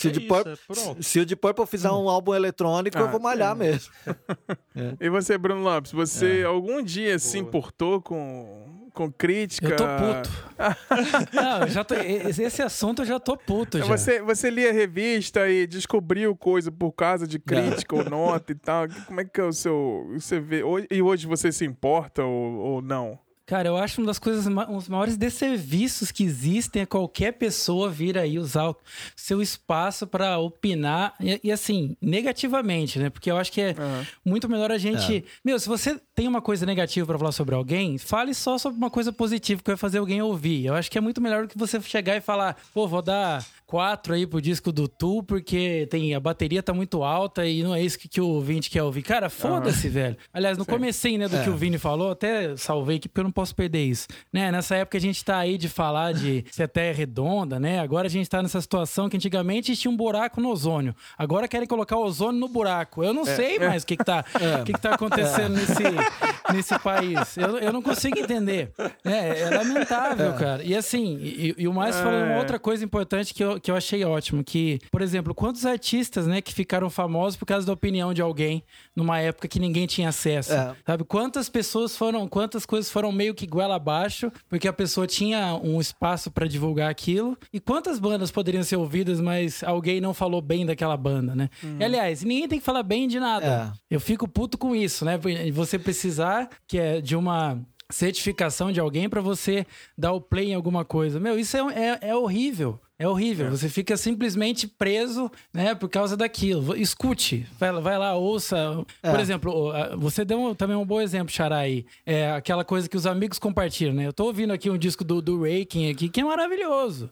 o Deep Purple fizer um álbum eletrônico, eu vou malhar mesmo. E você, Bruno Lopes, você algum dia se importou com crítica? Eu tô puto. Não, esse assunto eu já tô puto. Você lia revista e descobriu coisa por causa de crítica ou nota e tal? Como é que é o seu... Você vê, e hoje você se importa ou não? Cara, eu acho uma das coisas, os maiores desserviços que existem é qualquer pessoa vir aí usar o seu espaço para opinar, e assim, negativamente, né? Porque eu acho que é muito melhor a gente... Meu, se você tem uma coisa negativa para falar sobre alguém, fale só sobre uma coisa positiva que vai fazer alguém ouvir. Eu acho que é muito melhor do que você chegar e falar, vou dar 4 aí pro disco do Tu, porque a bateria tá muito alta e não é isso que o ouvinte quer ouvir. Cara, foda-se, velho. Aliás, no comecinho, né, do que o Vini falou, até salvei aqui porque eu não posso perder isso. Né? Nessa época a gente tá aí de falar de se a Terra é redonda, né? Agora a gente tá nessa situação que antigamente tinha um buraco no ozônio. Agora querem colocar o ozônio no buraco. Eu não sei mais o que tá acontecendo nesse país. Eu não consigo entender. É lamentável, cara. E assim, e o Márcio falou uma outra coisa importante que eu achei ótimo, que, por exemplo, quantos artistas, né, que ficaram famosos por causa da opinião de alguém numa época que ninguém tinha acesso, sabe? Quantas coisas foram meio que goela abaixo porque a pessoa tinha um espaço pra divulgar aquilo, e quantas bandas poderiam ser ouvidas, mas alguém não falou bem daquela banda, né? E, aliás, ninguém tem que falar bem de nada. Eu fico puto com isso, né? Você precisar de uma certificação de alguém pra você dar o play em alguma coisa. Meu, isso é horrível. É horrível, você fica simplesmente preso, né, por causa daquilo. Escute, vai lá, ouça. Por exemplo, você deu também um bom exemplo, Xará, aí. Aquela coisa que os amigos compartilham, né? Eu tô ouvindo aqui um disco do Raking aqui, que é maravilhoso.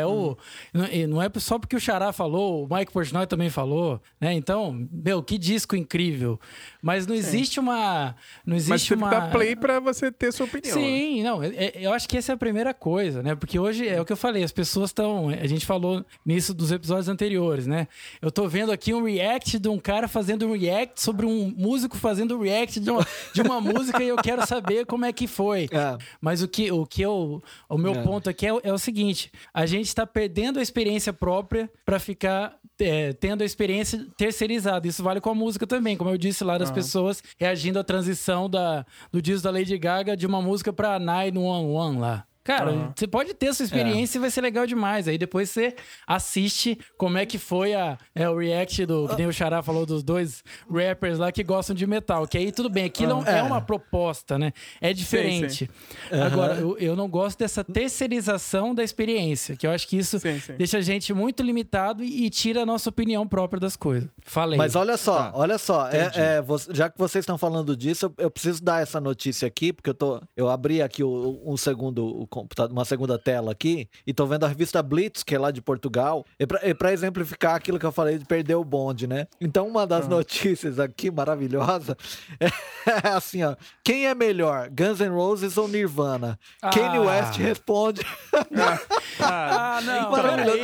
Não é só porque o Xará falou, o Mike Portnoy também falou, né? Então, meu, que disco incrível. Mas não existe uma... Mas você tem que dar play pra você ter sua opinião. Sim, né? Não, eu acho que essa é a primeira coisa, né? Porque hoje, é o que eu falei, as pessoas estão... A gente falou nisso dos episódios anteriores, né? Eu tô vendo aqui um react de um cara fazendo um react sobre um músico fazendo um react de uma música, e eu quero saber como é que foi. Mas o meu ponto aqui é o seguinte: a gente tá perdendo a experiência própria para ficar tendo a experiência terceirizada. Isso vale com a música também, como eu disse lá, das pessoas reagindo à transição do disco da Lady Gaga de uma música pra 911 lá. Cara, você pode ter essa experiência e vai ser legal demais. Aí depois você assiste como é que foi o react que nem o Xará falou, dos dois rappers lá que gostam de metal. Que aí tudo bem, aquilo é uma proposta, né? É diferente. Sim. Agora, eu não gosto dessa terceirização da experiência, que eu acho que isso deixa a gente muito limitado e tira a nossa opinião própria das coisas. Falei. Mas olha só, já que vocês estão falando disso, eu preciso dar essa notícia aqui, porque eu abri aqui uma segunda tela aqui, e tô vendo a revista Blitz, que é lá de Portugal, e pra exemplificar aquilo que eu falei de perder o bonde, né? Então, uma das notícias aqui, maravilhosa, é assim, ó: quem é melhor, Guns N' Roses ou Nirvana? Kanye West responde... não. Maravilhoso.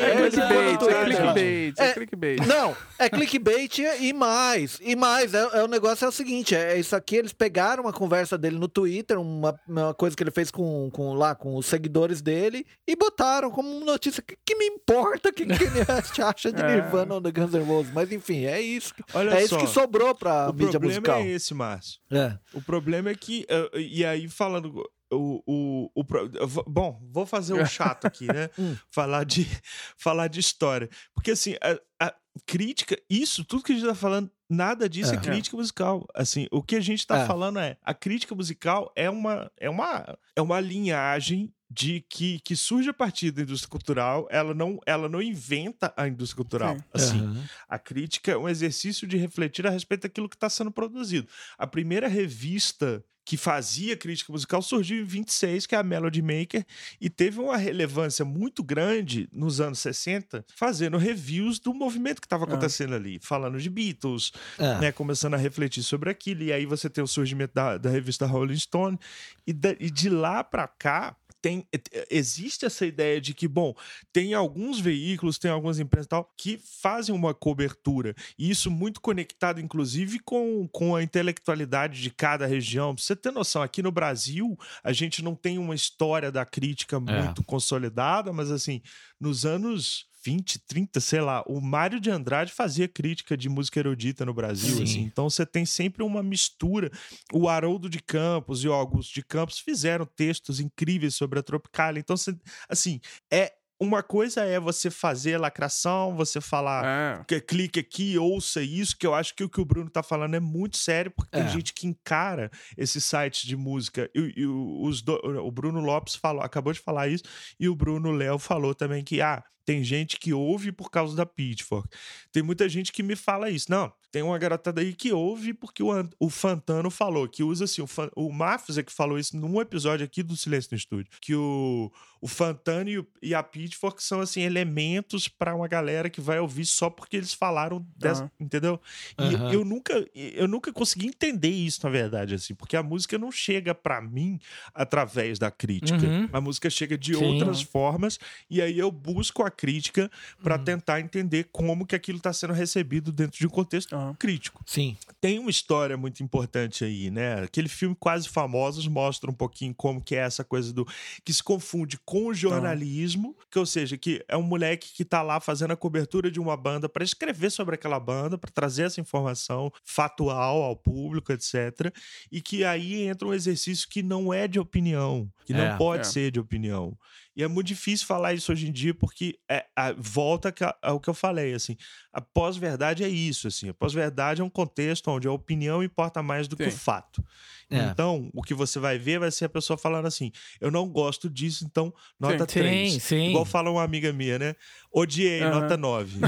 É clickbait. Não, é clickbait e mais. O negócio é o seguinte, isso aqui, eles pegaram uma conversa dele no Twitter, uma coisa que ele fez com os seguidores dele, e botaram como notícia. Que me importa o que Kanye West acha de Nirvana ou do Guns N' Roses, mas enfim, é isso. Olha isso que sobrou pra mídia musical. O problema é esse, Márcio. O problema é que, e aí falando... Bom, vou fazer o chato aqui, né? falar de história. Porque assim, a crítica, isso, tudo que a gente tá falando, nada disso é crítica musical. Assim, o que a gente tá falando a crítica musical é uma linhagem que surge a partir da indústria cultural. Ela não inventa a indústria cultural. Assim, a crítica é um exercício de refletir a respeito daquilo que está sendo produzido. A primeira revista que fazia crítica musical surgiu em 26, que é a Melody Maker, e teve uma relevância muito grande nos anos 60, fazendo reviews do movimento que estava acontecendo ali, falando de Beatles, né, começando a refletir sobre aquilo, e aí você tem o surgimento da revista Rolling Stone, e de lá para cá, existe essa ideia de que, bom, tem alguns veículos, tem algumas empresas e tal, que fazem uma cobertura, e isso muito conectado, inclusive, com a intelectualidade de cada região. Pra você ter noção, aqui no Brasil, a gente não tem uma história da crítica muito consolidada, mas assim, nos anos 20, 30, sei lá, o Mário de Andrade fazia crítica de música erudita no Brasil, assim. Então você tem sempre uma mistura. O Haroldo de Campos e o Augusto de Campos fizeram textos incríveis sobre a Tropicália. Então, assim, uma coisa é você fazer lacração, você falar clique aqui, ouça isso, que eu acho que o Bruno tá falando é muito sério, porque tem gente que encara esses sites de música. O Bruno Lopes acabou de falar isso, e o Bruno Léo falou também que tem gente que ouve por causa da Pitchfork. Tem muita gente que me fala isso. Não, tem uma garotada aí que ouve porque o Fantano falou, que usa assim, o Mafia que falou isso num episódio aqui do Silêncio no Estúdio, que o Fantano e a Pitchfork são assim, elementos para uma galera que vai ouvir só porque eles falaram entendeu? E eu nunca consegui entender isso, na verdade, assim, porque a música não chega para mim através da crítica. A música chega de outras formas, e aí eu busco crítica para tentar entender como que aquilo está sendo recebido dentro de um contexto crítico. Sim. Tem uma história muito importante aí, né? Aquele filme Quase Famosos mostra um pouquinho como que é essa coisa do que se confunde com o jornalismo, que, ou seja, que é um moleque que tá lá fazendo a cobertura de uma banda para escrever sobre aquela banda, para trazer essa informação factual ao público, etc. E que aí entra um exercício que não é de opinião, que não pode ser de opinião. E é muito difícil falar isso hoje em dia porque volta ao que eu falei, assim, a pós-verdade é isso, assim, a pós-verdade é um contexto onde a opinião importa mais do que o fato. Então, o que você vai ver vai ser a pessoa falando assim, eu não gosto disso, então nota 3. Sim. Igual fala uma amiga minha, né? Odiei, nota 9.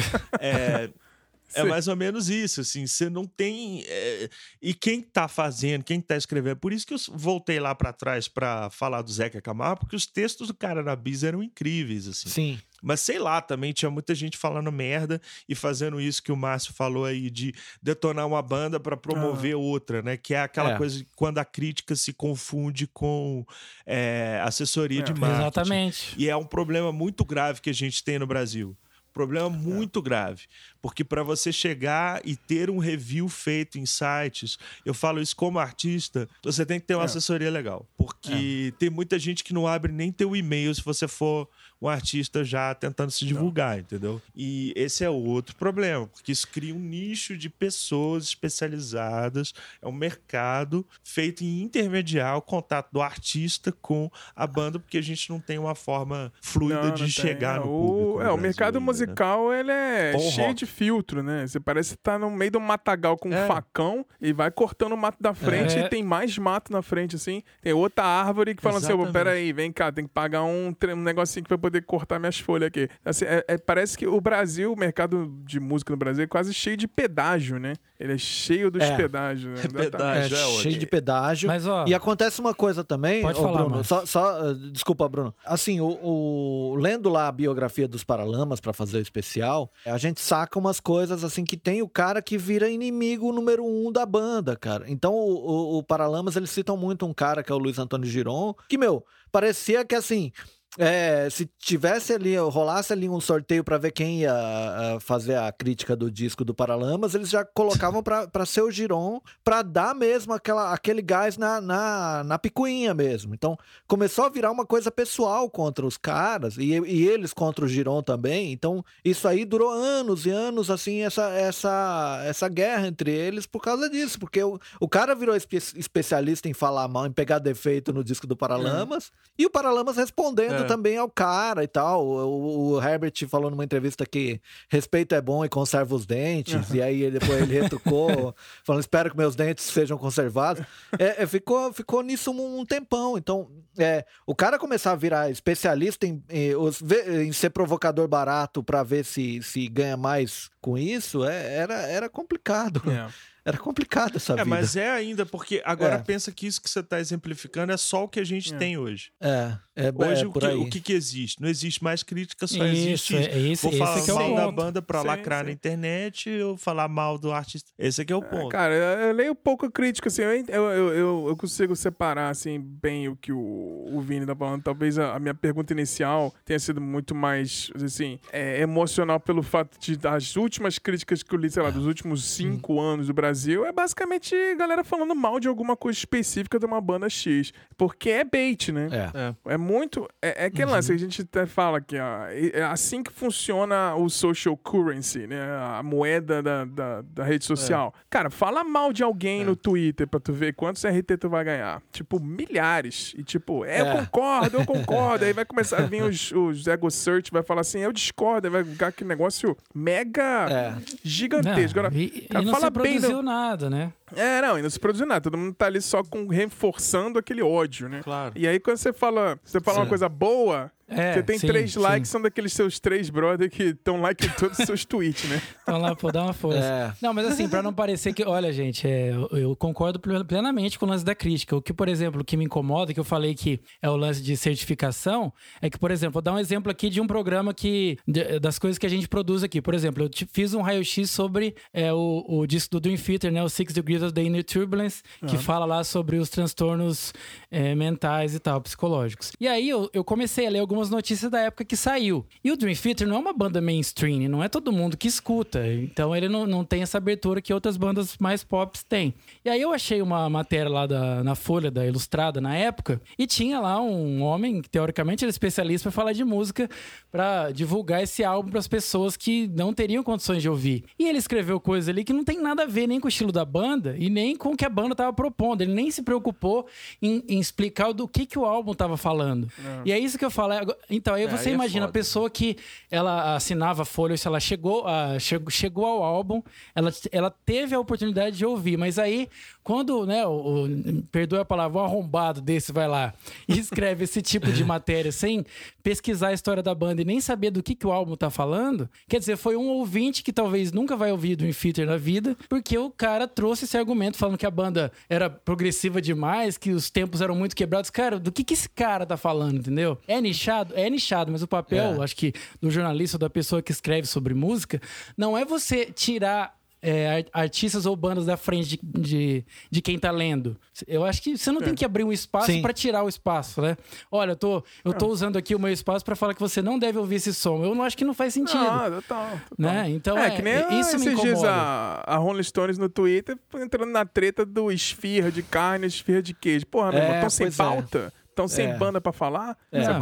É mais ou menos isso, assim, você não tem... E quem tá fazendo, quem tá escrevendo... Por isso que eu voltei lá pra trás pra falar do Zeca Camargo, porque os textos do cara na Bis eram incríveis, assim. Sim. Mas sei lá, também tinha muita gente falando merda e fazendo isso que o Márcio falou aí, de detonar uma banda pra promover outra, né? Que é aquela coisa quando a crítica se confunde com assessoria de marketing. Exatamente. E é um problema muito grave que a gente tem no Brasil. Problema muito grave, porque para você chegar e ter um review feito em sites, eu falo isso como artista, você tem que ter uma assessoria legal, porque tem muita gente que não abre nem teu e-mail se você for um artista já tentando se divulgar, entendeu? E esse é outro problema, porque isso cria um nicho de pessoas especializadas, é um mercado feito em intermediar o contato do artista com a banda, porque a gente não tem uma forma fluida de chegar no público. O mercado musical, ele é cheio de filtro, né? Você parece que tá no meio do matagal com um facão e vai cortando o mato da frente e tem mais mato na frente, assim. Tem outra árvore que fala assim, peraí, vem cá, tem que pagar um negocinho que vai poder cortar minhas folhas aqui. Assim, parece que o Brasil, o mercado de música no Brasil é quase cheio de pedágio, né? Ele é cheio dos pedágios. Né? Pedágio cheio de pedágio. Mas, e acontece uma coisa também, pode falar, Bruno, desculpa, Bruno. Assim, lendo lá a biografia dos Paralamas pra fazer o especial, a gente saca umas coisas assim que tem o cara que vira inimigo número 1 da banda, cara. Então o Paralamas, eles citam muito um cara que é o Luiz Antônio Giron, que, parecia que assim... se tivesse ali, rolasse ali um sorteio pra ver quem ia fazer a crítica do disco do Paralamas, eles já colocavam pra ser o Giron, pra dar mesmo aquele gás na picuinha mesmo. Então, começou a virar uma coisa pessoal contra os caras, e eles contra o Giron também. Então, isso aí durou anos e anos, assim, essa guerra entre eles por causa disso, porque o cara virou especialista em falar mal, em pegar defeito no disco do Paralamas, e o Paralamas respondendo também ao cara e tal. O Herbert falou numa entrevista que respeito é bom e conserva os dentes, e aí depois ele retrucou, falando, espero que meus dentes sejam conservados. Ficou nisso um tempão. Então, o cara começar a virar especialista em ser provocador barato pra ver se ganha mais com isso, era complicado. Era complicado essa vida. Mas ainda, porque agora pensa que isso que você está exemplificando é só o que a gente tem hoje. Hoje o que existe? Não existe mais crítica, só existe isso. Vou falar mal da banda pra lacrar na internet, ou falar mal do artista. Esse aqui é o ponto. Cara, eu leio pouco crítica, assim, eu consigo separar, assim, bem o que o Vini tá falando. Talvez a minha pergunta inicial tenha sido muito mais, assim, emocional pelo fato de as últimas críticas que eu li, sei lá, dos últimos 5 anos do Brasil, é basicamente galera falando mal de alguma coisa específica de uma banda X. Porque é bait, né? É muito... É aquele lance que a gente até fala que é assim que funciona o social currency, né? A moeda da rede social. Cara, fala mal de alguém no Twitter pra tu ver quantos RT tu vai ganhar. Tipo, milhares. E tipo, eu concordo. Aí vai começar a vir os ego search, vai falar assim, eu discordo. Aí vai ficar aquele negócio mega gigantesco. Agora, cara, não fala se bem produziu nada, né? E não se produziu nada. Todo mundo tá ali só reforçando aquele ódio, né? Claro. E aí quando você fala uma coisa boa, você tem 3 likes, são daqueles seus 3 brother que estão like em todos os seus tweets, né? Estão lá por dar uma força. Não, mas assim, pra não parecer que... Olha, gente, eu concordo plenamente com o lance da crítica. O que, por exemplo, o que me incomoda, que eu falei que é o lance de certificação, é que, por exemplo, vou dar um exemplo aqui de um programa das coisas que a gente produz aqui. Por exemplo, eu fiz um raio-x sobre o disco do Dream Theater, né? O 6 Degrees of the Inner Turbulence, que fala lá sobre os transtornos mentais e tal, psicológicos. E aí eu comecei a ler algumas algumas notícias da época que saiu. E o Dream Theater não é uma banda mainstream, não é todo mundo que escuta. Então ele não tem essa abertura que outras bandas mais pop têm. E aí eu achei uma matéria lá na Folha, da Ilustrada, na época, e tinha lá um homem, que teoricamente era especialista para falar de música, para divulgar esse álbum para as pessoas que não teriam condições de ouvir. E ele escreveu coisas ali que não tem nada a ver nem com o estilo da banda e nem com o que a banda estava propondo. Ele nem se preocupou em explicar do que o álbum estava falando. E é isso que eu falo. Então, aí você imagina a pessoa que ela assinava a Folha, se ela chegou ao álbum, ela teve a oportunidade de ouvir, mas aí quando, né, perdoe a palavra, um arrombado desse vai lá e escreve esse tipo de matéria sem pesquisar a história da banda e nem saber do que o álbum tá falando, quer dizer, foi um ouvinte que talvez nunca vai ouvir Dream Theater na vida, porque o cara trouxe esse argumento falando que a banda era progressiva demais, que os tempos eram muito quebrados. Cara, do que esse cara tá falando, entendeu? É nichado? É nichado, mas o papel, acho que, do jornalista ou da pessoa que escreve sobre música, não é você tirar artistas ou bandas da frente de quem tá lendo. Eu acho que você não tem que abrir um espaço para tirar o espaço, né? Olha, eu tô usando aqui o meu espaço para falar que você não deve ouvir esse som. Eu não acho que não faz sentido. Total. Né? Então, que nem isso me incomoda. Dias a Rolling Stones no Twitter entrando na treta do esfirra de carne, esfirra de queijo. Porra, meu irmão, tão sem pauta? Estão sem banda pra falar?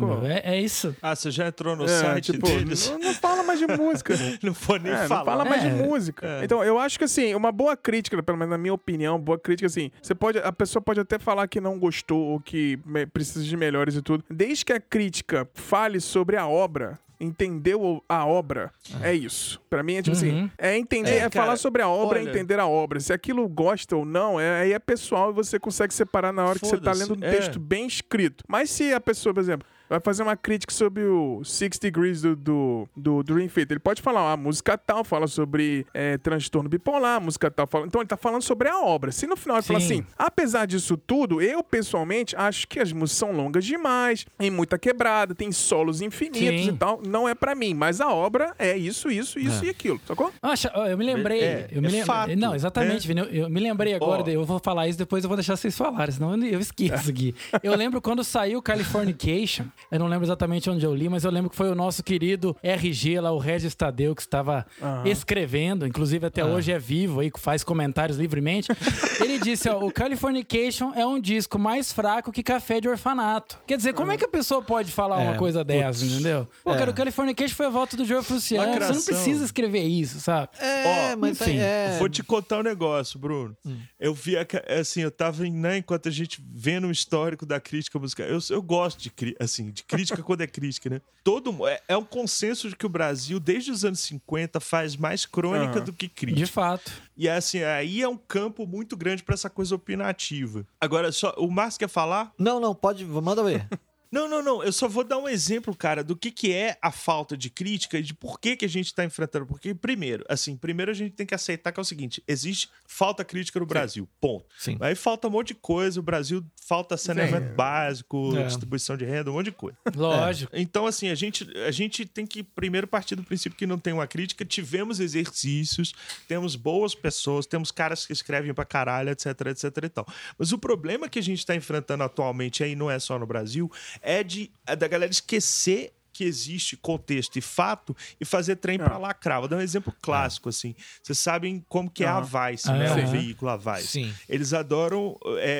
É isso. Você já entrou no site deles? Não fala mais de música. Não foi nem falar. Não fala mais de música. Então, eu acho que, assim, uma boa crítica, pelo menos na minha opinião, boa crítica, assim, a pessoa pode até falar que não gostou ou que precisa de melhores e tudo. Desde que a crítica fale sobre a obra, entendeu a obra, é isso. Pra mim é tipo assim, entender, cara, falar sobre a obra, entender a obra. Se aquilo gosta ou não, aí é pessoal e você consegue separar na hora que você tá lendo um texto bem escrito. Mas se a pessoa, por exemplo, vai fazer uma crítica sobre o 6 Degrees do Dream Theater, ele pode falar, a música tal fala sobre transtorno bipolar, a música tal fala... Então ele tá falando sobre a obra. Se no final ele fala assim, apesar disso tudo, eu pessoalmente acho que as músicas são longas demais, tem muita quebrada, tem solos infinitos e tal, não é pra mim, mas a obra é isso e aquilo, sacou? Eu me lembrei. Fato, não, exatamente, Vini, eu me lembrei agora, eu vou falar isso, depois eu vou deixar vocês falarem, senão eu esqueço aqui. Eu lembro quando saiu Californication, eu não lembro exatamente onde eu li, mas eu lembro que foi o nosso querido RG lá, o Regis Tadeu, que estava escrevendo, inclusive até hoje é vivo aí, faz comentários livremente. Ele disse, o Californication é um disco mais fraco que Café de Orfanato. Quer dizer, como é que a pessoa pode falar uma coisa dessa, entendeu? Pô, cara, o Californication foi a volta do Joe Fruciano, você não precisa escrever isso, sabe? Mas enfim. Vou te contar um negócio, Bruno. Eu vi, assim, eu tava enquanto a gente vendo o histórico da crítica musical, eu gosto de crítica quando é crítica, né? É um consenso de que o Brasil, desde os anos 50, faz mais crônica do que crítica. De fato. E assim, aí é um campo muito grande pra essa coisa opinativa. Agora, o Márcio quer falar? Não, pode, manda ver. Não. Eu só vou dar um exemplo, cara, do que é a falta de crítica e de por que a gente tá enfrentando. Porque, primeiro a gente tem que aceitar que é o seguinte, existe falta crítica no Brasil, ponto. Sim. Aí falta um monte de coisa, o Brasil falta saneamento básico, distribuição de renda, um monte de coisa. Lógico. Então, assim, a gente tem que primeiro partir do princípio que não tem uma crítica, tivemos exercícios, temos boas pessoas, temos caras que escrevem pra caralho, etc e tal. Mas o problema que a gente tá enfrentando atualmente, aí não é só no Brasil, é da galera esquecer que existe contexto e fato e fazer trem pra lacrar. Vou dar um exemplo clássico, assim. Vocês sabem como que é a Vice, né? O veículo, a Vice. Sim. Eles adoram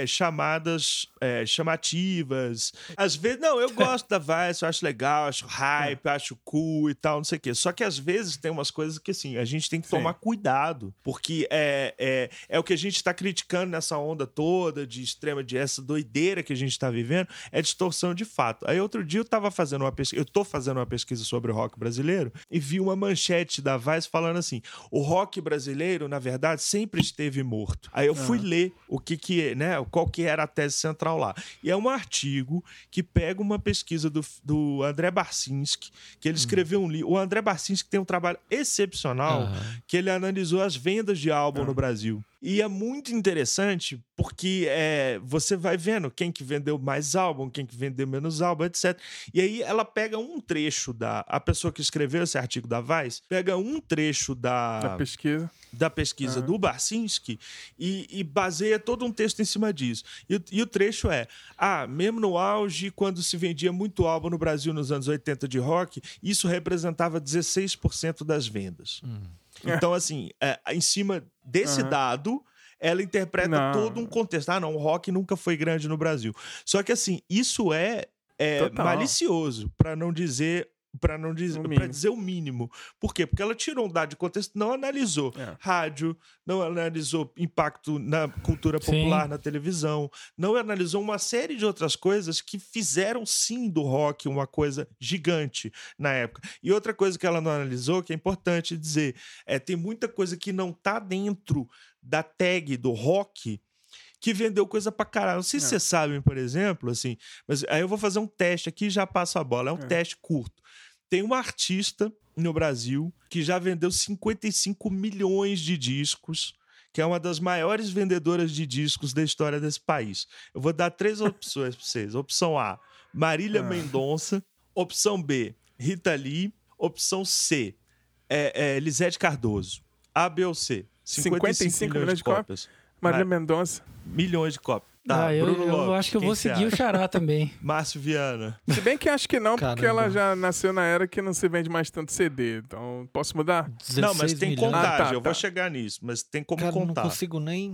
chamadas chamativas. Às vezes, eu gosto da Vice, eu acho legal, acho hype, acho cool e tal, não sei o quê. Só que às vezes tem umas coisas que, assim, a gente tem que tomar cuidado, porque é o que a gente tá criticando nessa onda toda de essa doideira que a gente tá vivendo, é distorção de fato. Aí outro dia eu tava fazendo uma pesquisa, fazendo uma pesquisa sobre o rock brasileiro e vi uma manchete da Vice falando assim, o rock brasileiro, na verdade, sempre esteve morto. Aí eu fui ler qual que era a tese central lá. E é um artigo que pega uma pesquisa do André Barcinski, que ele escreveu um livro. O André Barcinski tem um trabalho excepcional, que ele analisou as vendas de álbum no Brasil. E é muito interessante porque você vai vendo quem que vendeu mais álbum, quem que vendeu menos álbum, etc. E aí ela pega um trecho a pessoa que escreveu esse artigo da Vice, pega um trecho da pesquisa do Barcinski e baseia todo um texto em cima disso. E o trecho mesmo no auge, quando se vendia muito álbum no Brasil nos anos 80 de rock, isso representava 16% das vendas. Então, assim, em cima desse dado, ela interpreta todo um contexto. O rock nunca foi grande no Brasil. Só que, assim, isso é malicioso, para dizer o mínimo. Por quê? Porque ela tirou um dado de contexto, não analisou rádio, não analisou impacto na cultura popular, na televisão, não analisou uma série de outras coisas que fizeram, sim, do rock uma coisa gigante na época. E outra coisa que ela não analisou, que é importante dizer, tem muita coisa que não tá dentro da tag do rock que vendeu coisa pra caralho. Não sei se vocês sabem, por exemplo, assim, mas aí eu vou fazer um teste aqui e já passo a bola. É um teste curto. Tem uma artista no Brasil que já vendeu 55 milhões de discos, que é uma das maiores vendedoras de discos da história desse país. Eu vou dar 3 opções pra vocês. Opção A, Marília Mendonça. Opção B, Rita Lee. Opção C, Lisete Cardoso. A, B ou C? 55 milhões de cópias. Marília Mendonça. Milhões de cópias. Tá, Bruno Lopes, eu acho que eu vou seguir o Xará também. Márcio Viana. Se bem que acho que não, porque ela já nasceu na era que não se vende mais tanto CD. Então, posso mudar? Não, mas tem contagem. Eu vou chegar nisso, mas tem como contar. Não consigo nem...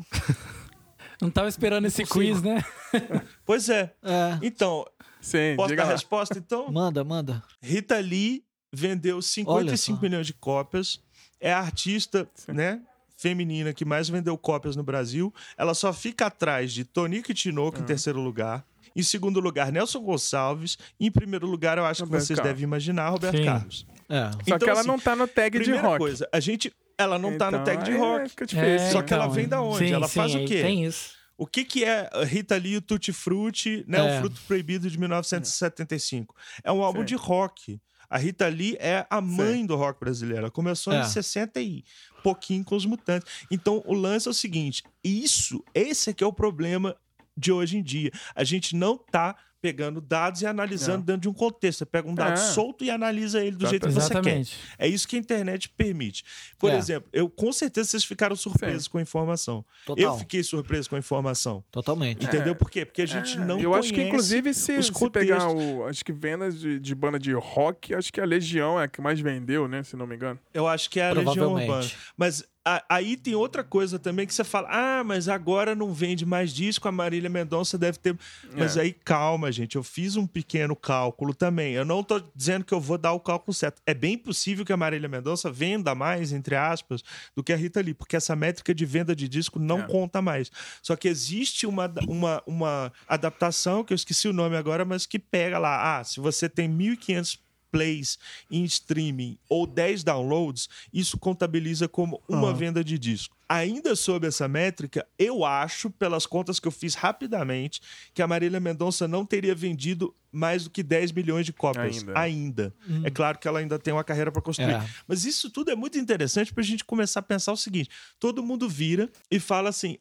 Não tava esperando esse quiz, né? Pois é. Então, sim, posso dar a resposta, então? Manda. Rita Lee vendeu 55 milhões de cópias. É a artista, né, feminina que mais vendeu cópias no Brasil. Ela só fica atrás de Tonico e Tinoco em terceiro lugar. Em segundo lugar, Nelson Gonçalves. Em primeiro lugar, eu acho que vocês devem imaginar, Roberto Carlos. Só então, que ela não tá no tag de rock. Coisa, ela não tá no tag de rock. Só que ela vem da onde? Ela faz o quê? Tem isso. O que é Rita Lee, o Tutti Frutti, né? O Fruto Proibido de 1975? É um álbum de rock. A Rita Lee é a mãe do rock brasileiro. Ela começou em 60 e pouquinho com os Mutantes. Então, o lance é o seguinte. Esse aqui é o problema de hoje em dia. A gente não tá pegando dados e analisando dentro de um contexto. Você pega um dado solto e analisa ele do jeito que você quer. É isso que a internet permite. Por exemplo, com certeza vocês ficaram surpresos com a informação. Total. Eu fiquei surpreso com a informação. Totalmente. Entendeu por quê? Porque a gente não conhece. Eu acho que, inclusive, se pegar acho que vendas de banda de rock, acho que a Legião é a que mais vendeu, né? Se não me engano. Eu acho que é a Legião Urbana. Mas aí tem outra coisa também que você fala, mas agora não vende mais disco, a Marília Mendonça deve ter... Mas aí, calma, gente, eu fiz um pequeno cálculo também. Eu não tô dizendo que eu vou dar o cálculo certo. É bem possível que a Marília Mendonça venda mais, entre aspas, do que a Rita Lee, porque essa métrica de venda de disco não conta mais. Só que existe uma adaptação, que eu esqueci o nome agora, mas que pega lá, se você tem 1.500 plays em streaming ou 10 downloads, isso contabiliza como uma venda de disco. Ainda sob essa métrica, eu acho, pelas contas que eu fiz rapidamente, que a Marília Mendonça não teria vendido mais do que 10 milhões de cópias. Ainda. É claro que ela ainda tem uma carreira para construir. Mas isso tudo é muito interessante para a gente começar a pensar o seguinte. Todo mundo vira e fala assim,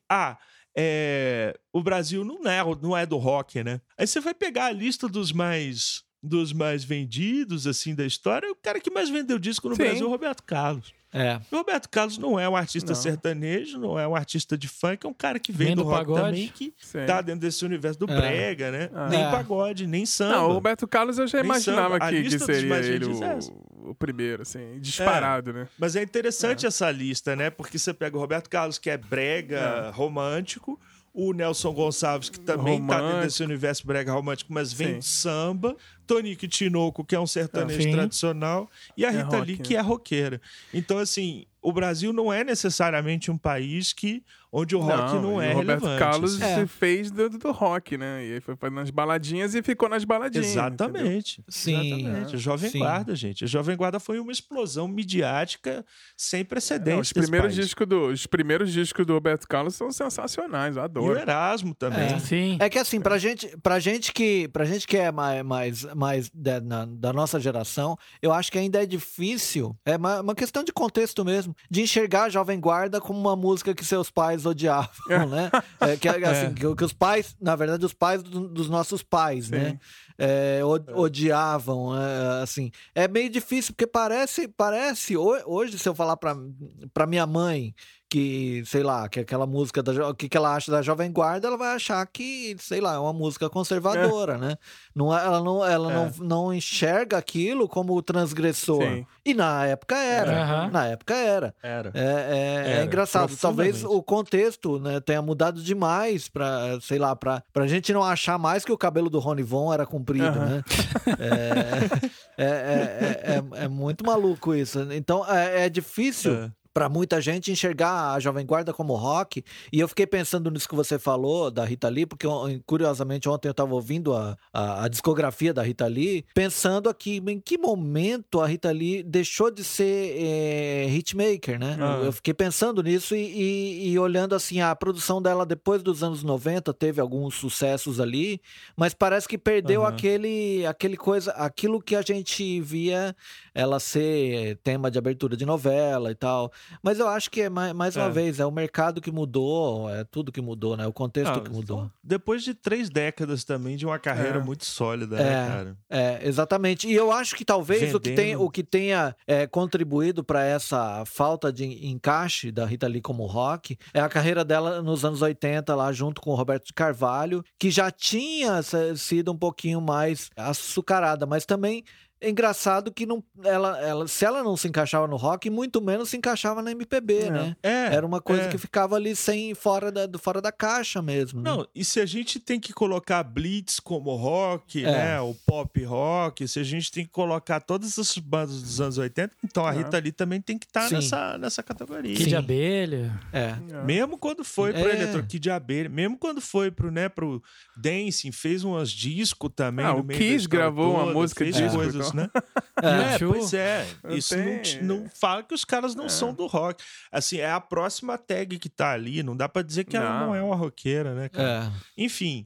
o Brasil não é do rock, né? Aí você vai pegar a lista dos mais vendidos, assim, da história, o cara que mais vendeu disco no Brasil é o Roberto Carlos. O Roberto Carlos não é um artista sertanejo, não é um artista de funk, é um cara que vem do rock pagode também, que tá dentro desse universo do brega, né? Nem pagode, nem samba. Não, o Roberto Carlos eu já imaginava que seria ele o primeiro, assim, disparado, né? Mas é interessante essa lista, né? Porque você pega o Roberto Carlos, que é brega, romântico, o Nelson Gonçalves, que também tá dentro desse universo brega romântico, mas vem de samba. Tonico e Tinoco, que é um sertanejo tradicional. E a Rita Lee, que é roqueira. Então, assim, o Brasil não é necessariamente um país onde o rock não é relevante. O Roberto Carlos se fez do rock, né? E aí foi nas baladinhas e ficou nas baladinhas. Exatamente. Sim. Exatamente. A Jovem Guarda, gente. A Jovem Guarda foi uma explosão midiática sem precedentes. Os primeiros discos do Roberto Carlos são sensacionais, eu adoro. E o Erasmo também. É que assim, pra gente que é mais da nossa geração, eu acho que ainda é difícil. É uma questão de contexto mesmo. mesmo, de enxergar a Jovem Guarda como uma música que seus pais odiavam, né? Que os pais, na verdade, os pais dos nossos pais, sim, né? Odiavam, assim. É meio difícil, porque parece hoje, se eu falar pra minha mãe que, sei lá, que aquela música, o que ela acha da Jovem Guarda, ela vai achar que, sei lá, é uma música conservadora, né? Ela não enxerga aquilo como transgressor. Sim. E na época era. Na época era. É engraçado. Talvez o contexto, né, tenha mudado demais pra, sei lá, pra gente não achar mais que o cabelo do Rony Von era comprido, né? É muito maluco isso. Então, é difícil para muita gente enxergar a Jovem Guarda como rock. E eu fiquei pensando nisso que você falou da Rita Lee, porque curiosamente ontem eu estava ouvindo a discografia da Rita Lee, pensando aqui em que momento a Rita Lee deixou de ser hitmaker, né? Eu fiquei pensando nisso e olhando assim, a produção dela depois dos anos 90 teve alguns sucessos ali, mas parece que perdeu aquilo que a gente via ela ser tema de abertura de novela e tal. Mas eu acho que mais uma vez, é o mercado que mudou, é tudo que mudou, né? O contexto que mudou. Depois de 3 décadas também de uma carreira muito sólida, né, cara? Exatamente. E eu acho que talvez o que tenha contribuído para essa falta de encaixe da Rita Lee como rock é a carreira dela nos anos 80, lá junto com o Roberto de Carvalho, que já tinha sido um pouquinho mais açucarada, mas também é engraçado que se ela não se encaixava no rock, muito menos se encaixava na MPB, né? Era uma coisa que ficava ali fora da caixa mesmo. Não, né? E se a gente tem que colocar Blitz como rock, né? O pop rock, se a gente tem que colocar todas essas bandas dos anos 80, então a Rita Lee também tem que estar nessa categoria. Kid de Abelha. Mesmo quando foi pro Electro Kid de Abelha, mesmo quando foi pro Dancing, fez uns discos também. O Kiss gravou uma música de coisas, né? Pois é. Isso não fala que os caras não são do rock. Assim, é a próxima tag que tá ali. Não dá pra dizer que ela não é uma roqueira, né, cara? Enfim,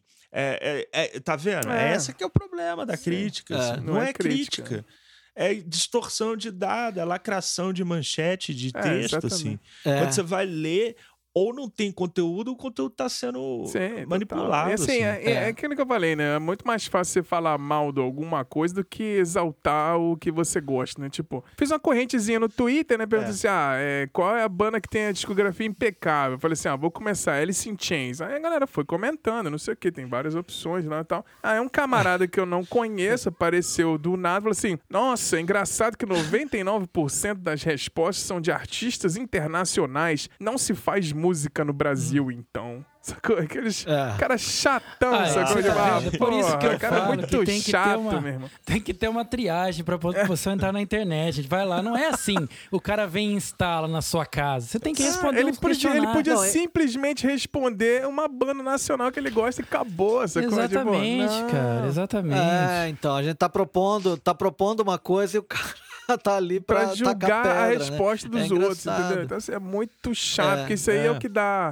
tá vendo? Essa que é o problema da crítica. Assim. Não é crítica. É distorção de dado, é lacração de manchete, de texto, assim. Quando você vai ler, ou não tem conteúdo, o conteúdo tá sendo manipulado. Assim, é aquilo que eu falei, né? É muito mais fácil você falar mal de alguma coisa do que exaltar o que você gosta, né? Tipo, fiz uma correntezinha no Twitter, né? Perguntei assim, qual é a banda que tem a discografia impecável? Eu falei assim, vou começar, Alice in Chains. Aí a galera foi comentando, não sei o que, tem várias opções lá e tal. Aí um camarada que eu não conheço apareceu do nada, falou assim, nossa, é engraçado que 99% das respostas são de artistas internacionais, não se faz música no Brasil, então. Sacou? Aqueles caras chatão, sacou? Por isso que eu cara falo muito que tem que chato, ter meu irmão. Tem que ter uma triagem pra você entrar na internet. A gente vai lá, não é assim, o cara vem e instala na sua casa. Você tem que responder ele podia simplesmente responder uma banda nacional que ele gosta e acabou, sacou? Exatamente, cara, exatamente. Então, a gente tá propondo uma coisa e o cara tá ali pra julgar pedra, a resposta dos outros, entendeu? Então assim, é muito chato, porque isso aí é o que dá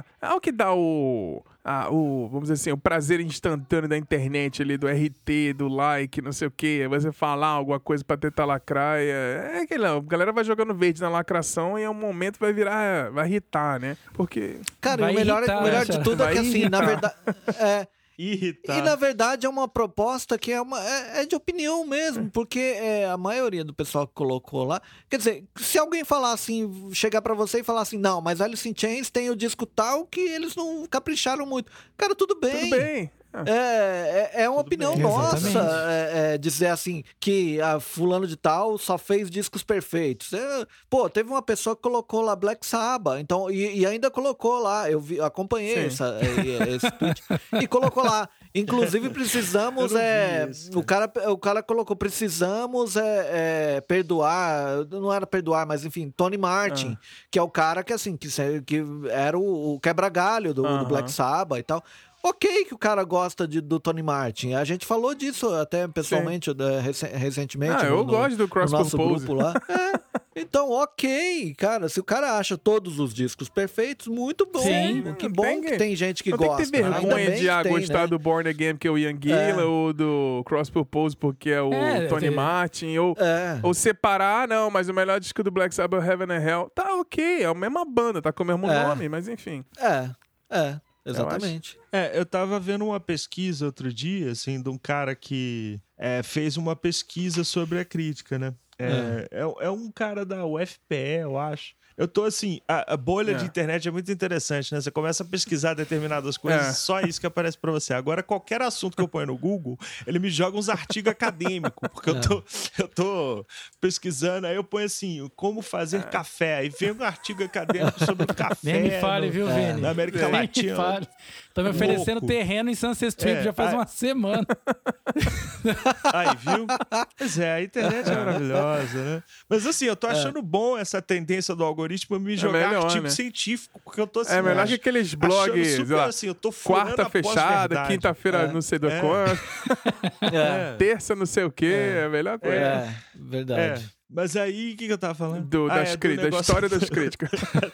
vamos dizer assim, o prazer instantâneo da internet ali, do RT, do like, não sei o que, você falar alguma coisa pra tentar lacrar, a galera vai jogando verde na lacração e em um momento vai irritar, né? Porque... Cara, o melhor de tudo é que assim, na verdade... Irritar. E na verdade é uma proposta que é de opinião mesmo, porque a maioria do pessoal que colocou lá, quer dizer, se alguém falar assim, chegar pra você e falar assim, não, mas Alice in Chains tem o disco tal que eles não capricharam muito, cara, tudo bem. Tudo bem. É uma opinião nossa dizer assim que a fulano de tal só fez discos perfeitos. Teve uma pessoa que colocou lá Black Sabbath, então, e ainda colocou lá, acompanhei esse tweet, e colocou lá, inclusive precisamos o cara colocou, precisamos perdoar, não era perdoar, mas enfim, Tony Martin, que é o cara que assim, que era o quebra-galho do Black Sabbath e tal. Ok que o cara gosta do Tony Martin. A gente falou disso até pessoalmente recentemente. Eu gosto do Cross no nosso Purpose. grupo lá. Então, ok, cara, se o cara acha todos os discos perfeitos, muito bom. Sim. Que bom que tem gente que não gosta. tem que ter vergonha de gostar né? do Born Again porque é o Ian Gillan, ou do Cross Purpose porque é o Tony Martin, ou separar, não, mas o melhor disco do Black Sabbath é Heaven and Hell. Tá ok, é a mesma banda, tá com o mesmo nome, mas enfim. Exatamente. Eu tava vendo uma pesquisa outro dia, assim, de um cara que fez uma pesquisa sobre a crítica, né? É um cara da UFPE, eu acho. Eu tô assim, a bolha de internet é muito interessante, né? Você começa a pesquisar determinadas coisas, só isso que aparece pra você. Agora, qualquer assunto que eu ponho no Google, ele me joga uns artigos acadêmicos, porque eu tô pesquisando, aí eu ponho assim, como fazer café, aí vem um artigo acadêmico sobre o café. Nem me fale, viu, Vini? Na América Latina. Tô me oferecendo terreno em Sunset Strip já faz uma semana. Aí, viu? Pois a internet é maravilhosa, né? Mas assim, eu tô achando bom essa tendência do algoritmo me jogar melhor, artigo né? científico, porque eu tô assim... É melhor que aqueles blogs, super, sei lá, assim, eu tô quarta fechada, quinta-feira não sei do quanto, terça não sei o quê, é a melhor coisa. Verdade. Mas aí, o que eu tava falando? Da história das críticas.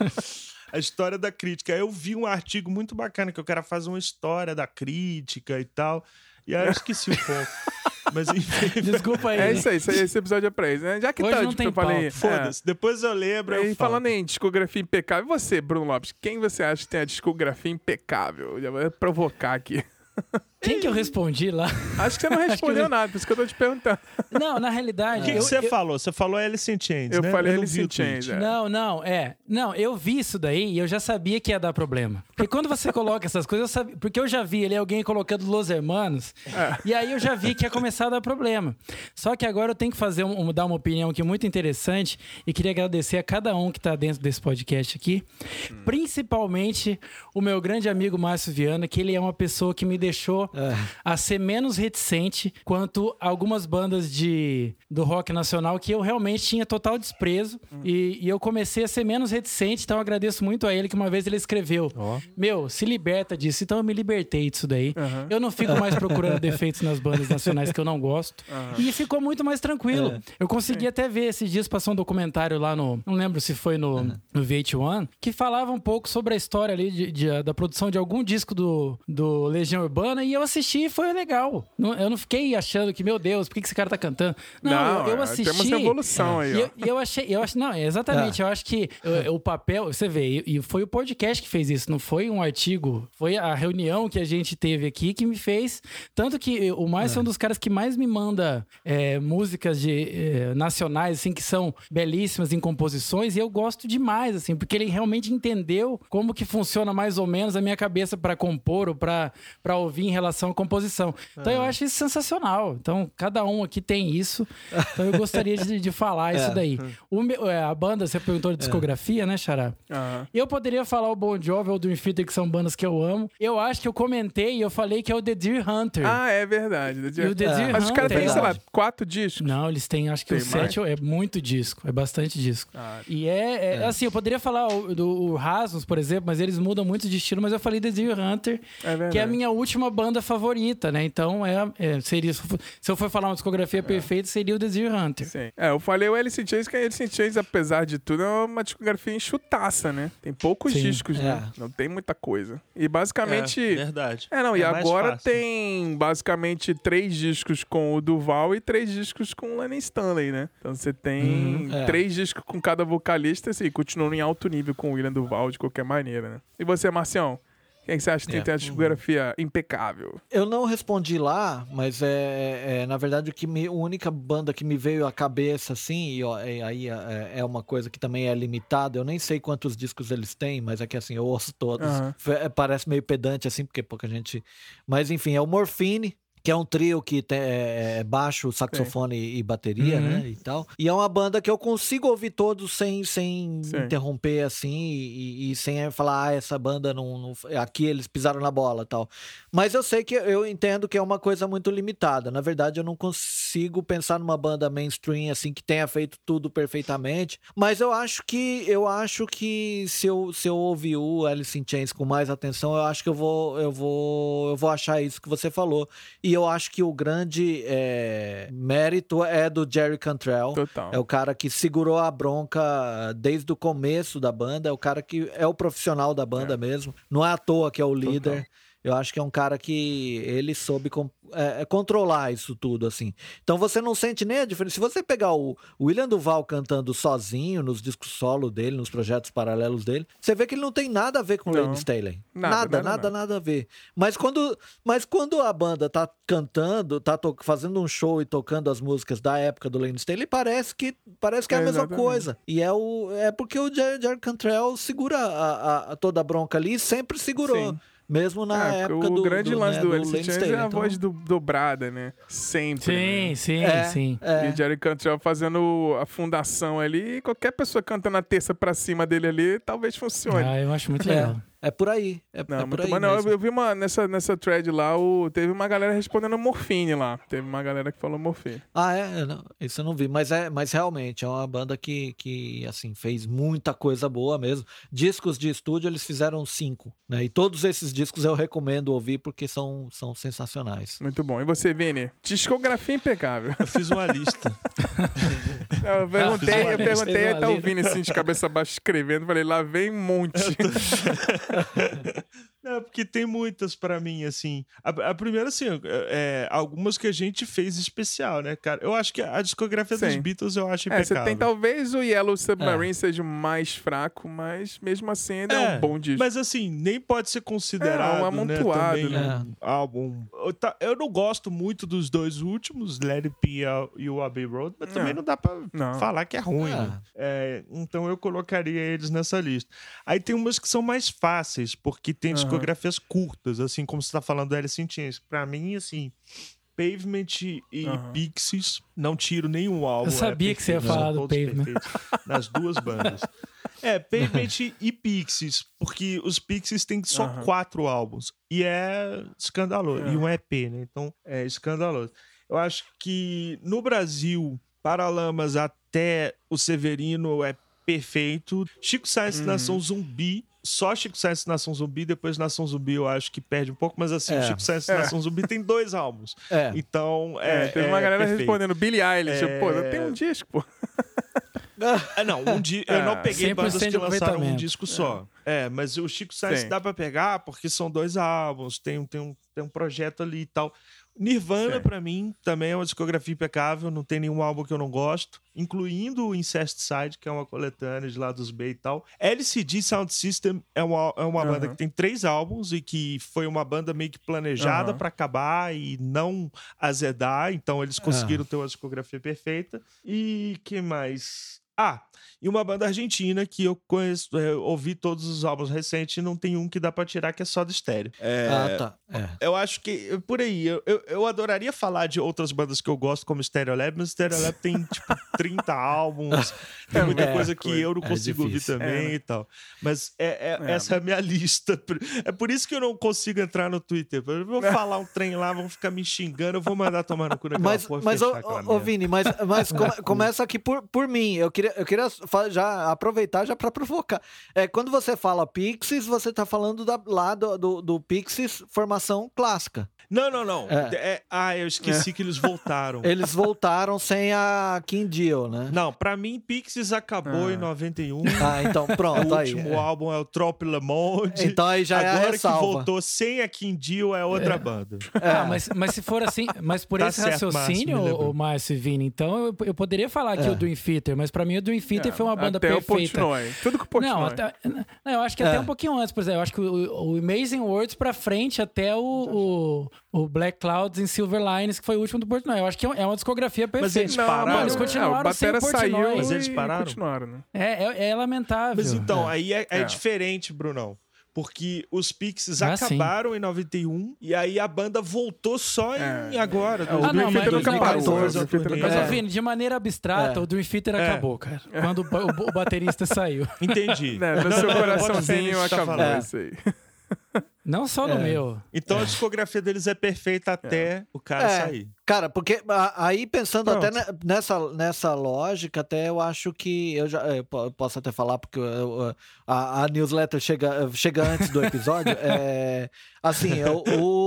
A história da crítica. Aí eu vi um artigo muito bacana que o cara faz uma história da crítica e tal. E aí eu esqueci um pouco. Mas enfim. Desculpa aí. É isso aí, esse episódio é pra isso, né? Já que hoje tá, não tipo, tem eu falei. Foda-se, depois eu lembro. E falando em discografia impecável, e você, Bruno Lopes, quem você acha que tem a discografia impecável? Já vou provocar aqui. Quem que eu respondi lá? Acho que você não respondeu nada, por isso que eu tô te perguntando. Não, na realidade... O que você falou? Você falou Alice in Chains, né? Eu falei Alice in Chains, Não, eu vi isso daí e eu já sabia que ia dar problema. Porque quando você coloca essas coisas, eu sabia... Porque eu já vi ali alguém colocando Los Hermanos, e aí eu já vi que ia começar a dar problema. Só que agora eu tenho que fazer dar uma opinião aqui muito interessante e queria agradecer a cada um que tá dentro desse podcast aqui. Principalmente o meu grande amigo Márcio Viana, que ele é uma pessoa que me deixou a ser menos reticente quanto a algumas bandas do rock nacional que eu realmente tinha total desprezo e eu comecei a ser menos reticente, então eu agradeço muito a ele que uma vez ele escreveu, meu, se liberta disso, então eu me libertei disso daí. Eu não fico mais procurando defeitos nas bandas nacionais que eu não gosto e ficou muito mais tranquilo. Eu consegui até ver esses dias, passou um documentário lá não lembro se foi no VH1, que falava um pouco sobre a história ali da produção de algum disco do Legião Urbana e eu assisti e foi legal. Eu não fiquei achando que, meu Deus, por que esse cara tá cantando? Não, eu assisti. Temos uma evolução aí, ó. Eu achei, não, exatamente, eu acho que o papel, você vê, e foi o podcast que fez isso, não foi um artigo, foi a reunião que a gente teve aqui que me fez, tanto que o Márcio é um dos caras que mais me manda músicas nacionais, assim, que são belíssimas em composições, e eu gosto demais, assim, porque ele realmente entendeu como que funciona mais ou menos a minha cabeça pra compor ou pra ouvir em relação à composição. Então eu acho isso sensacional. Então cada um aqui tem isso. Então eu gostaria de falar isso daí. A banda, você perguntou de discografia, né, Xará? Eu poderia falar o Bon Jovi ou o Dream Theater, que são bandas que eu amo. Eu acho que eu comentei e eu falei que é o The Deer Hunter. Ah, é verdade. The Deer Hunter. Mas os caras têm, sei lá, 4 discos. Não, eles têm, acho que o 7 é muito disco. É bastante disco. E assim, eu poderia falar do Rasmus, por exemplo, mas eles mudam muito de estilo, mas eu falei The Deer Hunter, que é a minha última banda favorita, né? Então, seria, se eu for falar uma discografia perfeita, seria o The Deer Hunter. Sim. Eu falei o Alice in Chains, que a Alice in Chains, apesar de tudo, é uma discografia enxutaça, né? Tem poucos discos, né? Não tem muita coisa. E basicamente... verdade. E agora tem basicamente 3 discos com o Duval e 3 discos com o Lennon Stanley, né? Então você tem 3 discos com cada vocalista, assim, continuando em alto nível com o William Duval de qualquer maneira, né? E você, Marcião? Quem você acha que tem a discografia impecável? Eu não respondi lá, mas na verdade a única banda que me veio à cabeça, assim, e aí é uma coisa que também é limitada, eu nem sei quantos discos eles têm, mas é que assim, eu ouço todos. Parece meio pedante, assim, porque pouca gente... Mas enfim, é o Morphine, que é um trio que tem baixo, saxofone e bateria, né, e tal. E é uma banda que eu consigo ouvir todos sem interromper, assim, e sem falar, essa banda não... Aqui eles pisaram na bola, tal. Mas eu entendo que é uma coisa muito limitada. Na verdade, eu não consigo pensar numa banda mainstream, assim, que tenha feito tudo perfeitamente. Mas eu acho que se eu ouvir o Alice in Chains com mais atenção, eu acho que eu vou achar isso que você falou. E E eu acho que o grande mérito é do Jerry Cantrell. Total. É o cara que segurou a bronca desde o começo da banda. É o cara que é o profissional da banda mesmo. Não é à toa que é o líder. Total. Eu acho que é um cara que ele soube controlar isso tudo, assim. Então você não sente nem a diferença. Se você pegar o William Duval cantando sozinho nos discos solo dele, nos projetos paralelos dele, você vê que ele não tem nada a ver com o Lane Staley. Nada a ver. Mas quando a banda tá cantando, tá fazendo um show e tocando as músicas da época do Lane Staley, parece que é a mesma coisa. E é porque o Jerry Cantrell segura toda a bronca ali e sempre segurou. Sim. Mesmo na época o grande lance do Alice in Chains é a então... voz dobrada, né? Sempre. Sim. E o Jerry Cantrell fazendo a fundação ali, qualquer pessoa cantando a terça pra cima dele ali, talvez funcione. Eu acho muito legal. É por aí. Eu vi nessa thread lá, teve uma galera respondendo morfine lá. Teve uma galera que falou morfine. Não, isso eu não vi. Mas realmente é uma banda que assim, fez muita coisa boa mesmo. Discos de estúdio eles fizeram 5, né? E todos esses discos eu recomendo ouvir porque são sensacionais. Muito bom. E você, Vini? Discografia impecável. Eu fiz uma lista. Eu perguntei até o Vini assim, de cabeça baixa escrevendo. Falei, lá vem um monte. Não, porque tem muitas pra mim, assim. A primeira, assim, algumas que a gente fez especial, né, cara? Eu acho que a discografia dos Beatles eu acho impecável. Você tem talvez o Yellow Submarine seja o mais fraco, mas mesmo assim ainda é um bom disco. Mas assim, nem pode ser considerado, um amontoado, né, também um álbum. Eu não gosto muito dos dois últimos, Let It Be e o Abbey Road, mas também não dá pra falar que é ruim. Né? Então eu colocaria eles nessa lista. Aí tem umas que são mais fáceis, porque tem discografias curtas, assim como você tá falando do Alice in Chains. Pra mim, assim, Pavement e Pixies, não tiro nenhum álbum. Eu sabia que você ia falar do Pavement. Nas duas bandas. Pavement e Pixies, porque os Pixies têm só 4 álbuns. E é escandaloso. E um EP, né? Então, é escandaloso. Eu acho que no Brasil, Paralamas até o Severino é perfeito. Chico Science Nação Zumbi, só Chico Science Nação Zumbi, depois Nação Zumbi eu acho que perde um pouco, mas assim, Chico Science Nação Zumbi tem 2 álbuns. Então, teve uma galera respondendo, Billie Eilish, eu tenho um disco, pô. Não, eu não peguei bandas que lançaram um disco só. Mas o Chico Science dá pra pegar porque são 2 álbuns, tem um projeto ali e tal. Nirvana, pra mim, também é uma discografia impecável, não tem nenhum álbum que eu não gosto, incluindo o Incesticide, que é uma coletânea de lá dos B e tal. LCD Sound System é uma banda que tem 3 álbuns e que foi uma banda meio que planejada pra acabar e não azedar, então eles conseguiram ter uma discografia perfeita. E que mais? E uma banda argentina que eu conheço, ouvi todos os álbuns recentes e não tem um que dá pra tirar, que é só do estéreo. Eu acho que, por aí, eu adoraria falar de outras bandas que eu gosto, como Stereolab, mas Stereolab tem, tipo, 30 álbuns, tem muita coisa que eu não consigo ouvir também e tal. Mas essa é a minha lista. É por isso que eu não consigo entrar no Twitter. Eu vou falar um trem lá, vão ficar me xingando, eu vou mandar tomar no cu naquela porra. Mas Vini, começa aqui por mim. Eu queria já aproveitar já para provocar. Quando você fala Pixies, você tá falando lá do Pixies formação clássica. Não. Eu esqueci que eles voltaram. Eles voltaram sem a Kim Deal, né? Não, pra mim Pixies acabou em 91. Então pronto. O último álbum é o Trop Le Monde. Então aí já agora é a ressalva. Que voltou sem a Kim Deal é outra banda. Mas se for assim, mas por esse raciocínio, o Márcio e Vini, então eu poderia falar aqui o Dream Theater, mas pra mim o Dream Theater foi uma banda até perfeita. Tudo que o Portnoy. Eu acho que até um pouquinho antes, por exemplo. Eu acho que o Amazing Words pra frente até o Black Clouds em Silver Lines, que foi o último do Portnoy. Eu acho que é uma discografia perfeita. Mas eles pararam. Eles continuaram sem o Portnoy. Mas eles pararam. Continuaram, né? É lamentável. Mas então, aí é diferente, Brunão. Porque os Pixies acabaram em 91 e aí a banda voltou só em agora. O Dream Theater nunca parou. Mas, Vini, de maneira abstrata, o Dream Theater acabou, cara. Quando o baterista saiu. Entendi. No seu coraçãozinho acabou isso aí. Não só no meu. Então a discografia deles é perfeita até o cara sair. Cara, porque aí pensando até nessa lógica, até eu acho que eu posso até falar porque a newsletter chega antes do episódio. Assim,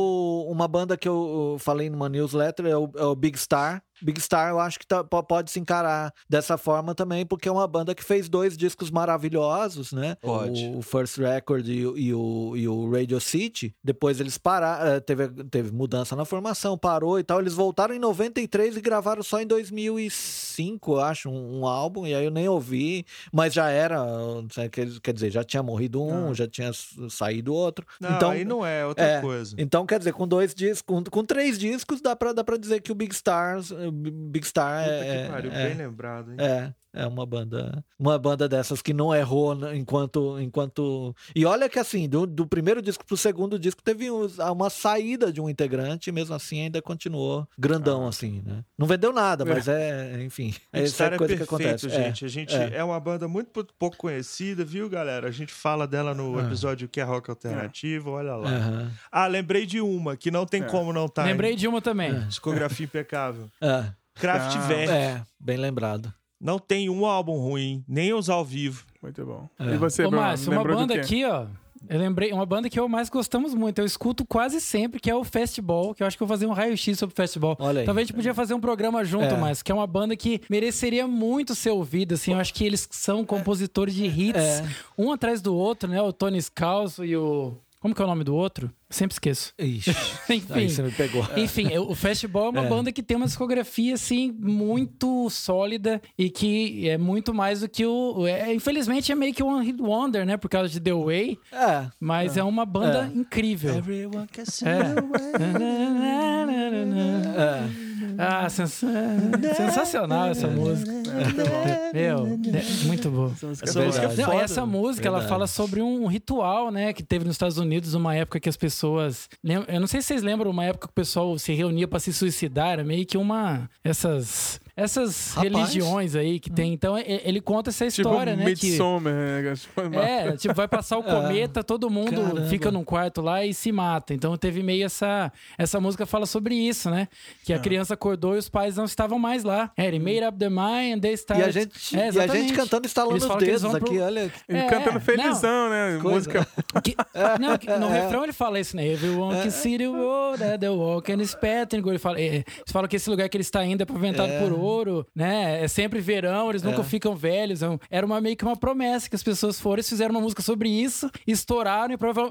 uma banda que eu falei numa newsletter é o Big Star. Big Star eu acho que pode se encarar dessa forma também, porque é uma banda que fez 2 discos maravilhosos, né? Pode. O First Record e o Radio City. Depois eles pararam, teve mudança na formação, parou e tal. Eles voltaram em 93 e gravaram só em 2005, eu acho, um álbum, e aí eu nem ouvi, mas já era, quer dizer, já tinha morrido já tinha saído outro. Não, então, aí não é outra coisa. Então, quer dizer, com 2 discos, com 3 discos, dá pra dizer que o Big Star que pariu, bem lembrado, hein? É uma banda dessas que não errou enquanto... E olha que assim, do primeiro disco pro segundo disco teve uma saída de um integrante, e mesmo assim ainda continuou grandão, assim, né? Não vendeu nada, mas enfim. Essa é coisa que acontece. Gente. A gente é uma banda muito pouco conhecida, viu, galera? A gente fala dela no episódio que é rock alternativo, olha lá. Lembrei de uma, que não tem como não estar. Lembrei de uma também. Discografia impecável. Kraftwerk. Bem lembrado. Não tem um álbum ruim, nem os ao vivo. Muito bom. E você, Bruno, Márcio, uma banda aqui, ó. Eu lembrei, uma banda que eu mais gostamos muito, eu escuto quase sempre, que é o Festival, que eu acho que eu vou fazer um raio-x sobre o Festival. Olha aí. Talvez a gente podia fazer um programa junto, mas que é uma banda que mereceria muito ser ouvida, assim. Eu acho que eles são compositores de hits, um atrás do outro, né? O Tony Scalzo e o... Como que é o nome do outro? Sempre esqueço. Ixi, enfim, aí você me pegou. Enfim, o Festival é uma banda que tem uma discografia, assim, muito sólida e que é muito mais do que infelizmente é meio que One Hit Wonder, né? Por causa de The Way. Mas é uma banda incrível. Everyone can see the way. Sensacional essa música. Muito boa. Essa música é foda. Essa música, ela fala sobre um ritual, né? Que teve nos Estados Unidos, uma época que as pessoas... Eu não sei se vocês lembram, uma época que o pessoal se reunia pra se suicidar. Era meio que essas religiões aí que tem. Então, ele conta essa história, tipo né? Midsommar, tipo, vai passar o cometa, todo mundo fica num quarto lá e se mata. Então, teve meio essa música fala sobre isso, né? Que a criança acordou e os pais não estavam mais lá. Ele made up the mind and they started... E a gente cantando, estalando os dedos aqui, olha... cantando felizão, né? Música... No refrão ele fala isso, né? Everyone can see the road that the walk and is pattern. Eles falam que esse lugar que ele está indo é paventado por ouro, né? É sempre verão, eles nunca ficam velhos. Era meio que uma promessa que as pessoas foram, eles fizeram uma música sobre isso, estouraram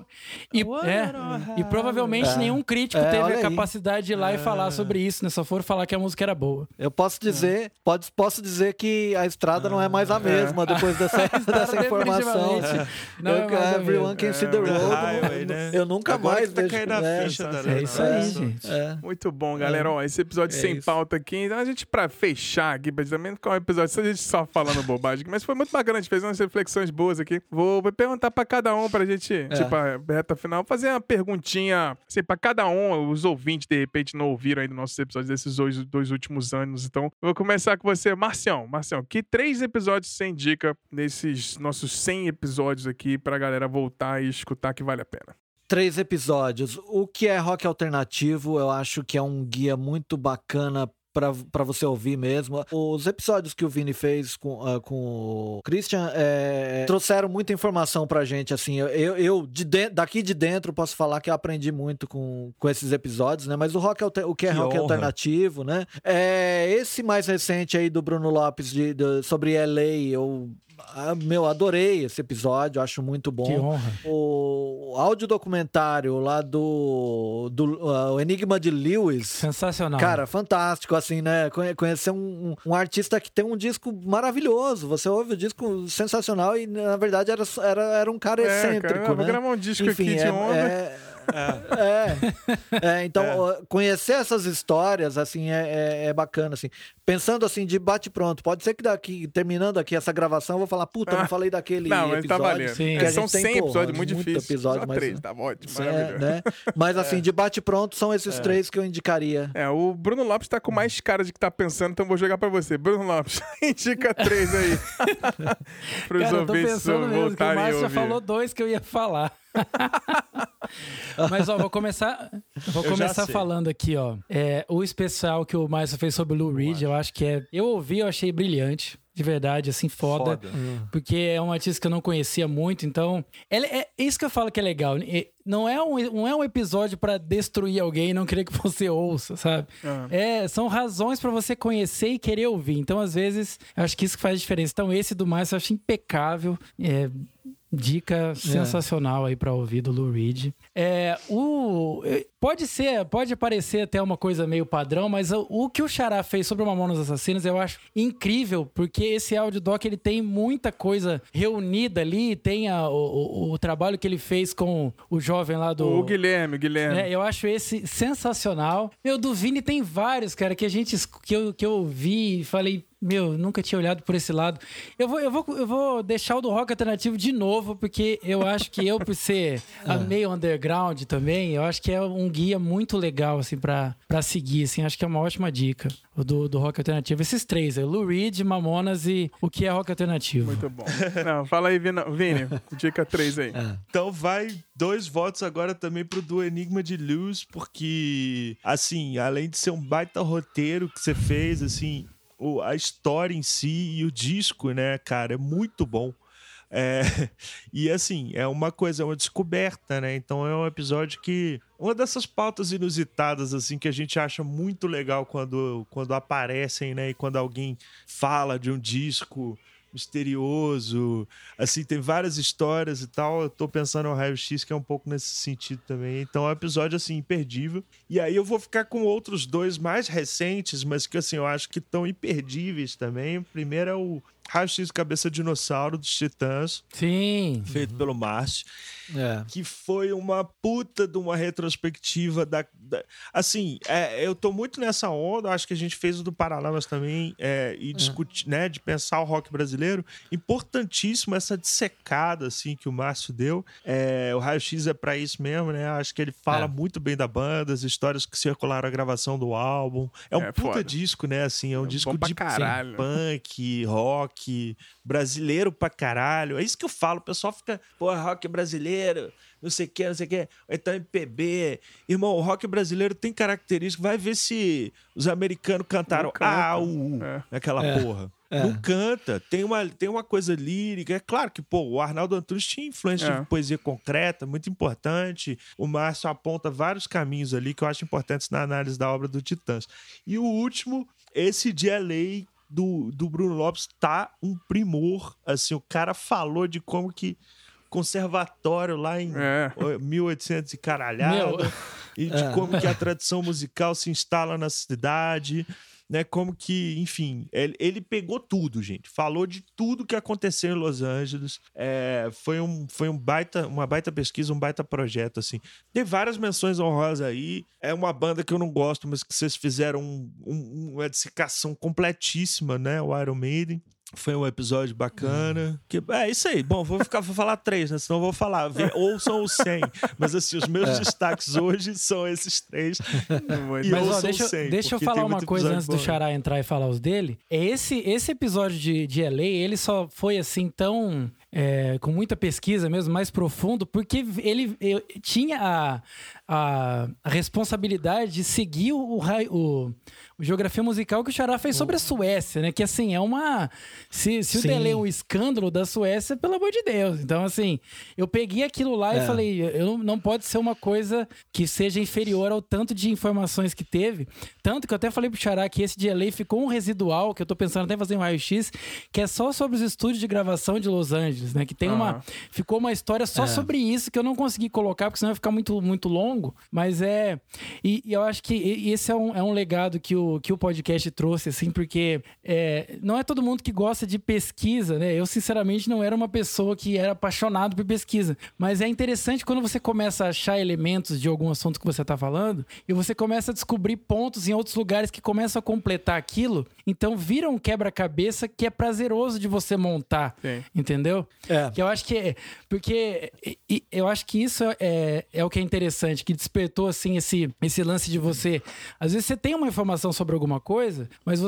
e provavelmente nenhum crítico teve a capacidade de ir lá e falar sobre isso, né? Só foram falar que a música era boa. Eu posso dizer, posso dizer que a estrada não é mais a mesma depois dessa informação. Everyone can see the road. Eu nunca mais tá caindo a ficha da É isso aí, gente. Muito bom, galera. Ó, esse episódio sem pauta aqui. Então, a gente, pra fechar aqui, também ficar um episódio só a gente só falando bobagem, mas foi muito bacana, a gente fez umas reflexões boas aqui. Vou perguntar pra cada um, pra gente, tipo, a reta final, fazer uma perguntinha, assim, pra cada um, os ouvintes, de repente, não ouviram ainda nossos episódios desses dois últimos anos. Então, eu vou começar com você, Marcião, que 3 episódios você indica nesses nossos 100 episódios aqui pra galera voltar e escutar que vale a pena? 3 episódios. O que é rock alternativo, eu acho que é um guia muito bacana pra você ouvir mesmo. Os episódios que o Vini fez com o Christian trouxeram muita informação pra gente, assim. Eu daqui de dentro posso falar que eu aprendi muito com esses episódios, né? Mas o que é rock alternativo, né? Esse mais recente aí do Bruno Lopes sobre LA, eu adorei esse episódio, acho muito bom. Que honra. O audiodocumentário lá do o Enigma de Lewis. Sensacional. Cara, fantástico, assim, né? Conhecer um artista que tem um disco maravilhoso. Você ouve o disco sensacional e, na verdade, era um cara excêntrico, cara, né? Vou gravar um disco aqui de onda. Então, conhecer essas histórias, assim, é bacana, assim. Pensando, assim, de bate-pronto. Pode ser que terminando aqui essa gravação, eu vou falar, puta, não falei daquele episódio. Mas tá valendo. Que são 100 episódios, muito difícil. Só 3, tá ótimo, maravilhoso. Né? Mas, assim, de bate-pronto, são esses 3 que eu indicaria. O Bruno Lopes tá com mais cara de que tá pensando, então vou jogar pra você. Bruno Lopes, indica 3 aí. Pros ouvintes voltarem mesmo, que o Márcio já ouvir. falou 2 que eu ia falar. Mas, ó, vou começar falando aqui, ó. O especial que o Márcio fez sobre o Lou Reed, eu acho que eu ouvi, eu achei brilhante. de verdade, assim, foda. Porque é uma artista que eu não conhecia muito, então... É isso que eu falo que é legal. Não é um episódio pra destruir alguém e não querer que você ouça, sabe? São razões pra você conhecer e querer ouvir. Então, às vezes, eu acho que isso que faz diferença. Então, esse do Márcio eu acho impecável. Dica sensacional aí pra ouvir do Lou Reed. Pode parecer até uma coisa meio padrão, mas o que o Xará fez sobre o Mamonas Assassinas eu acho incrível, porque esse audiodoc ele tem muita coisa reunida ali, tem o trabalho que ele fez com o jovem lá do... O Guilherme. Eu acho esse sensacional. Do Vini tem vários, cara, que eu ouvi e falei... nunca tinha olhado por esse lado. Eu vou deixar o do rock alternativo de novo, porque eu acho que eu, por ser meio underground também, eu acho que é um guia muito legal, assim, pra seguir, assim. Acho que é uma ótima dica, o do rock alternativo. Esses três, Lou Reed, Mamonas e o que é rock alternativo. Muito bom. Não, fala aí, Vini. Dica 3 aí. Então vai 2 votos agora também pro do Enigma de Luz, porque, assim, além de ser um baita roteiro que você fez, assim... a história em si e o disco, né, cara, é muito bom. E assim, é uma descoberta, né? Então é um episódio que... Uma dessas pautas inusitadas, assim, que a gente acha muito legal quando aparecem, né? E quando alguém fala de um disco misterioso, assim, tem várias histórias e tal. Eu tô pensando no Raio X, que é um pouco nesse sentido também. Então é um episódio, assim, imperdível. E aí eu vou ficar com outros 2 mais recentes, mas que, assim, eu acho que estão imperdíveis também. O primeiro é o Raio X Cabeça Dinossauro dos Titãs. Sim. Feito pelo Márcio. Que foi uma puta de uma retrospectiva assim, eu tô muito nessa onda, acho que a gente fez o do Paralamas também, e discutir, né, de pensar o rock brasileiro. Importantíssimo essa dissecada, assim, que o Márcio deu. O Raio X é pra isso mesmo, né? Acho que ele fala muito bem da banda, as histórias que circularam a gravação do álbum. É um puta disco, né? Assim, é um disco de punk, rock, brasileiro pra caralho. É isso que eu falo, o pessoal fica, rock brasileiro, não sei o que, então MPB. Irmão, o rock brasileiro tem características, vai ver se os americanos cantaram naquela porra. Não canta, tem uma coisa lírica. É claro que, o Arnaldo Antunes tinha influência de poesia concreta, muito importante. O Márcio aponta vários caminhos ali que eu acho importantes na análise da obra do Titãs. E o último, esse de LA do Bruno Lopes, tá um primor. Assim, o cara falou de como que conservatório lá em 1800 e caralhada, e de como que a tradição musical se instala na cidade, né? Como que, enfim, ele pegou tudo, gente. Falou de tudo que aconteceu em Los Angeles. Foi uma baita pesquisa, um baita projeto, assim. Tem várias menções honrosas aí. É uma banda que eu não gosto, mas que vocês fizeram uma dissecação completíssima, né? O Iron Maiden. Foi um episódio bacana. É isso aí. Bom, vou falar 3, né? Senão eu vou falar. Ouçam os 100. Mas assim, os meus destaques hoje são esses 3. Mas deixa eu falar uma coisa antes do Xará entrar e falar os dele. Esse episódio de LA, ele só foi assim tão... com muita pesquisa mesmo, mais profundo, porque ele tinha a responsabilidade de seguir o Geografia Musical que o Xará fez sobre a Suécia, né? Que, assim, é uma... Se o Delay é um escândalo da Suécia, pelo amor de Deus. Então, assim, eu peguei aquilo lá e falei, não pode ser uma coisa que seja inferior ao tanto de informações que teve. Tanto que eu até falei pro Xará que esse de LA ficou um residual, que eu tô pensando até em fazer um raio-x, que é só sobre os estúdios de gravação de Los Angeles, né? Que tem ficou uma história só sobre isso, que eu não consegui colocar, porque senão ia ficar muito, muito longo. Mas e eu acho que esse é um legado que o podcast trouxe, assim, porque não é todo mundo que gosta de pesquisa, né? Eu, sinceramente, não era uma pessoa que era apaixonado por pesquisa. Mas é interessante quando você começa a achar elementos de algum assunto que você tá falando e você começa a descobrir pontos em outros lugares que começam a completar aquilo. Então, vira um quebra-cabeça que é prazeroso de você montar. Sim. Entendeu? Que eu acho que porque eu acho que isso é o que é interessante, que despertou, assim, esse lance de você... Às vezes você tem uma informação sobre alguma coisa, mas você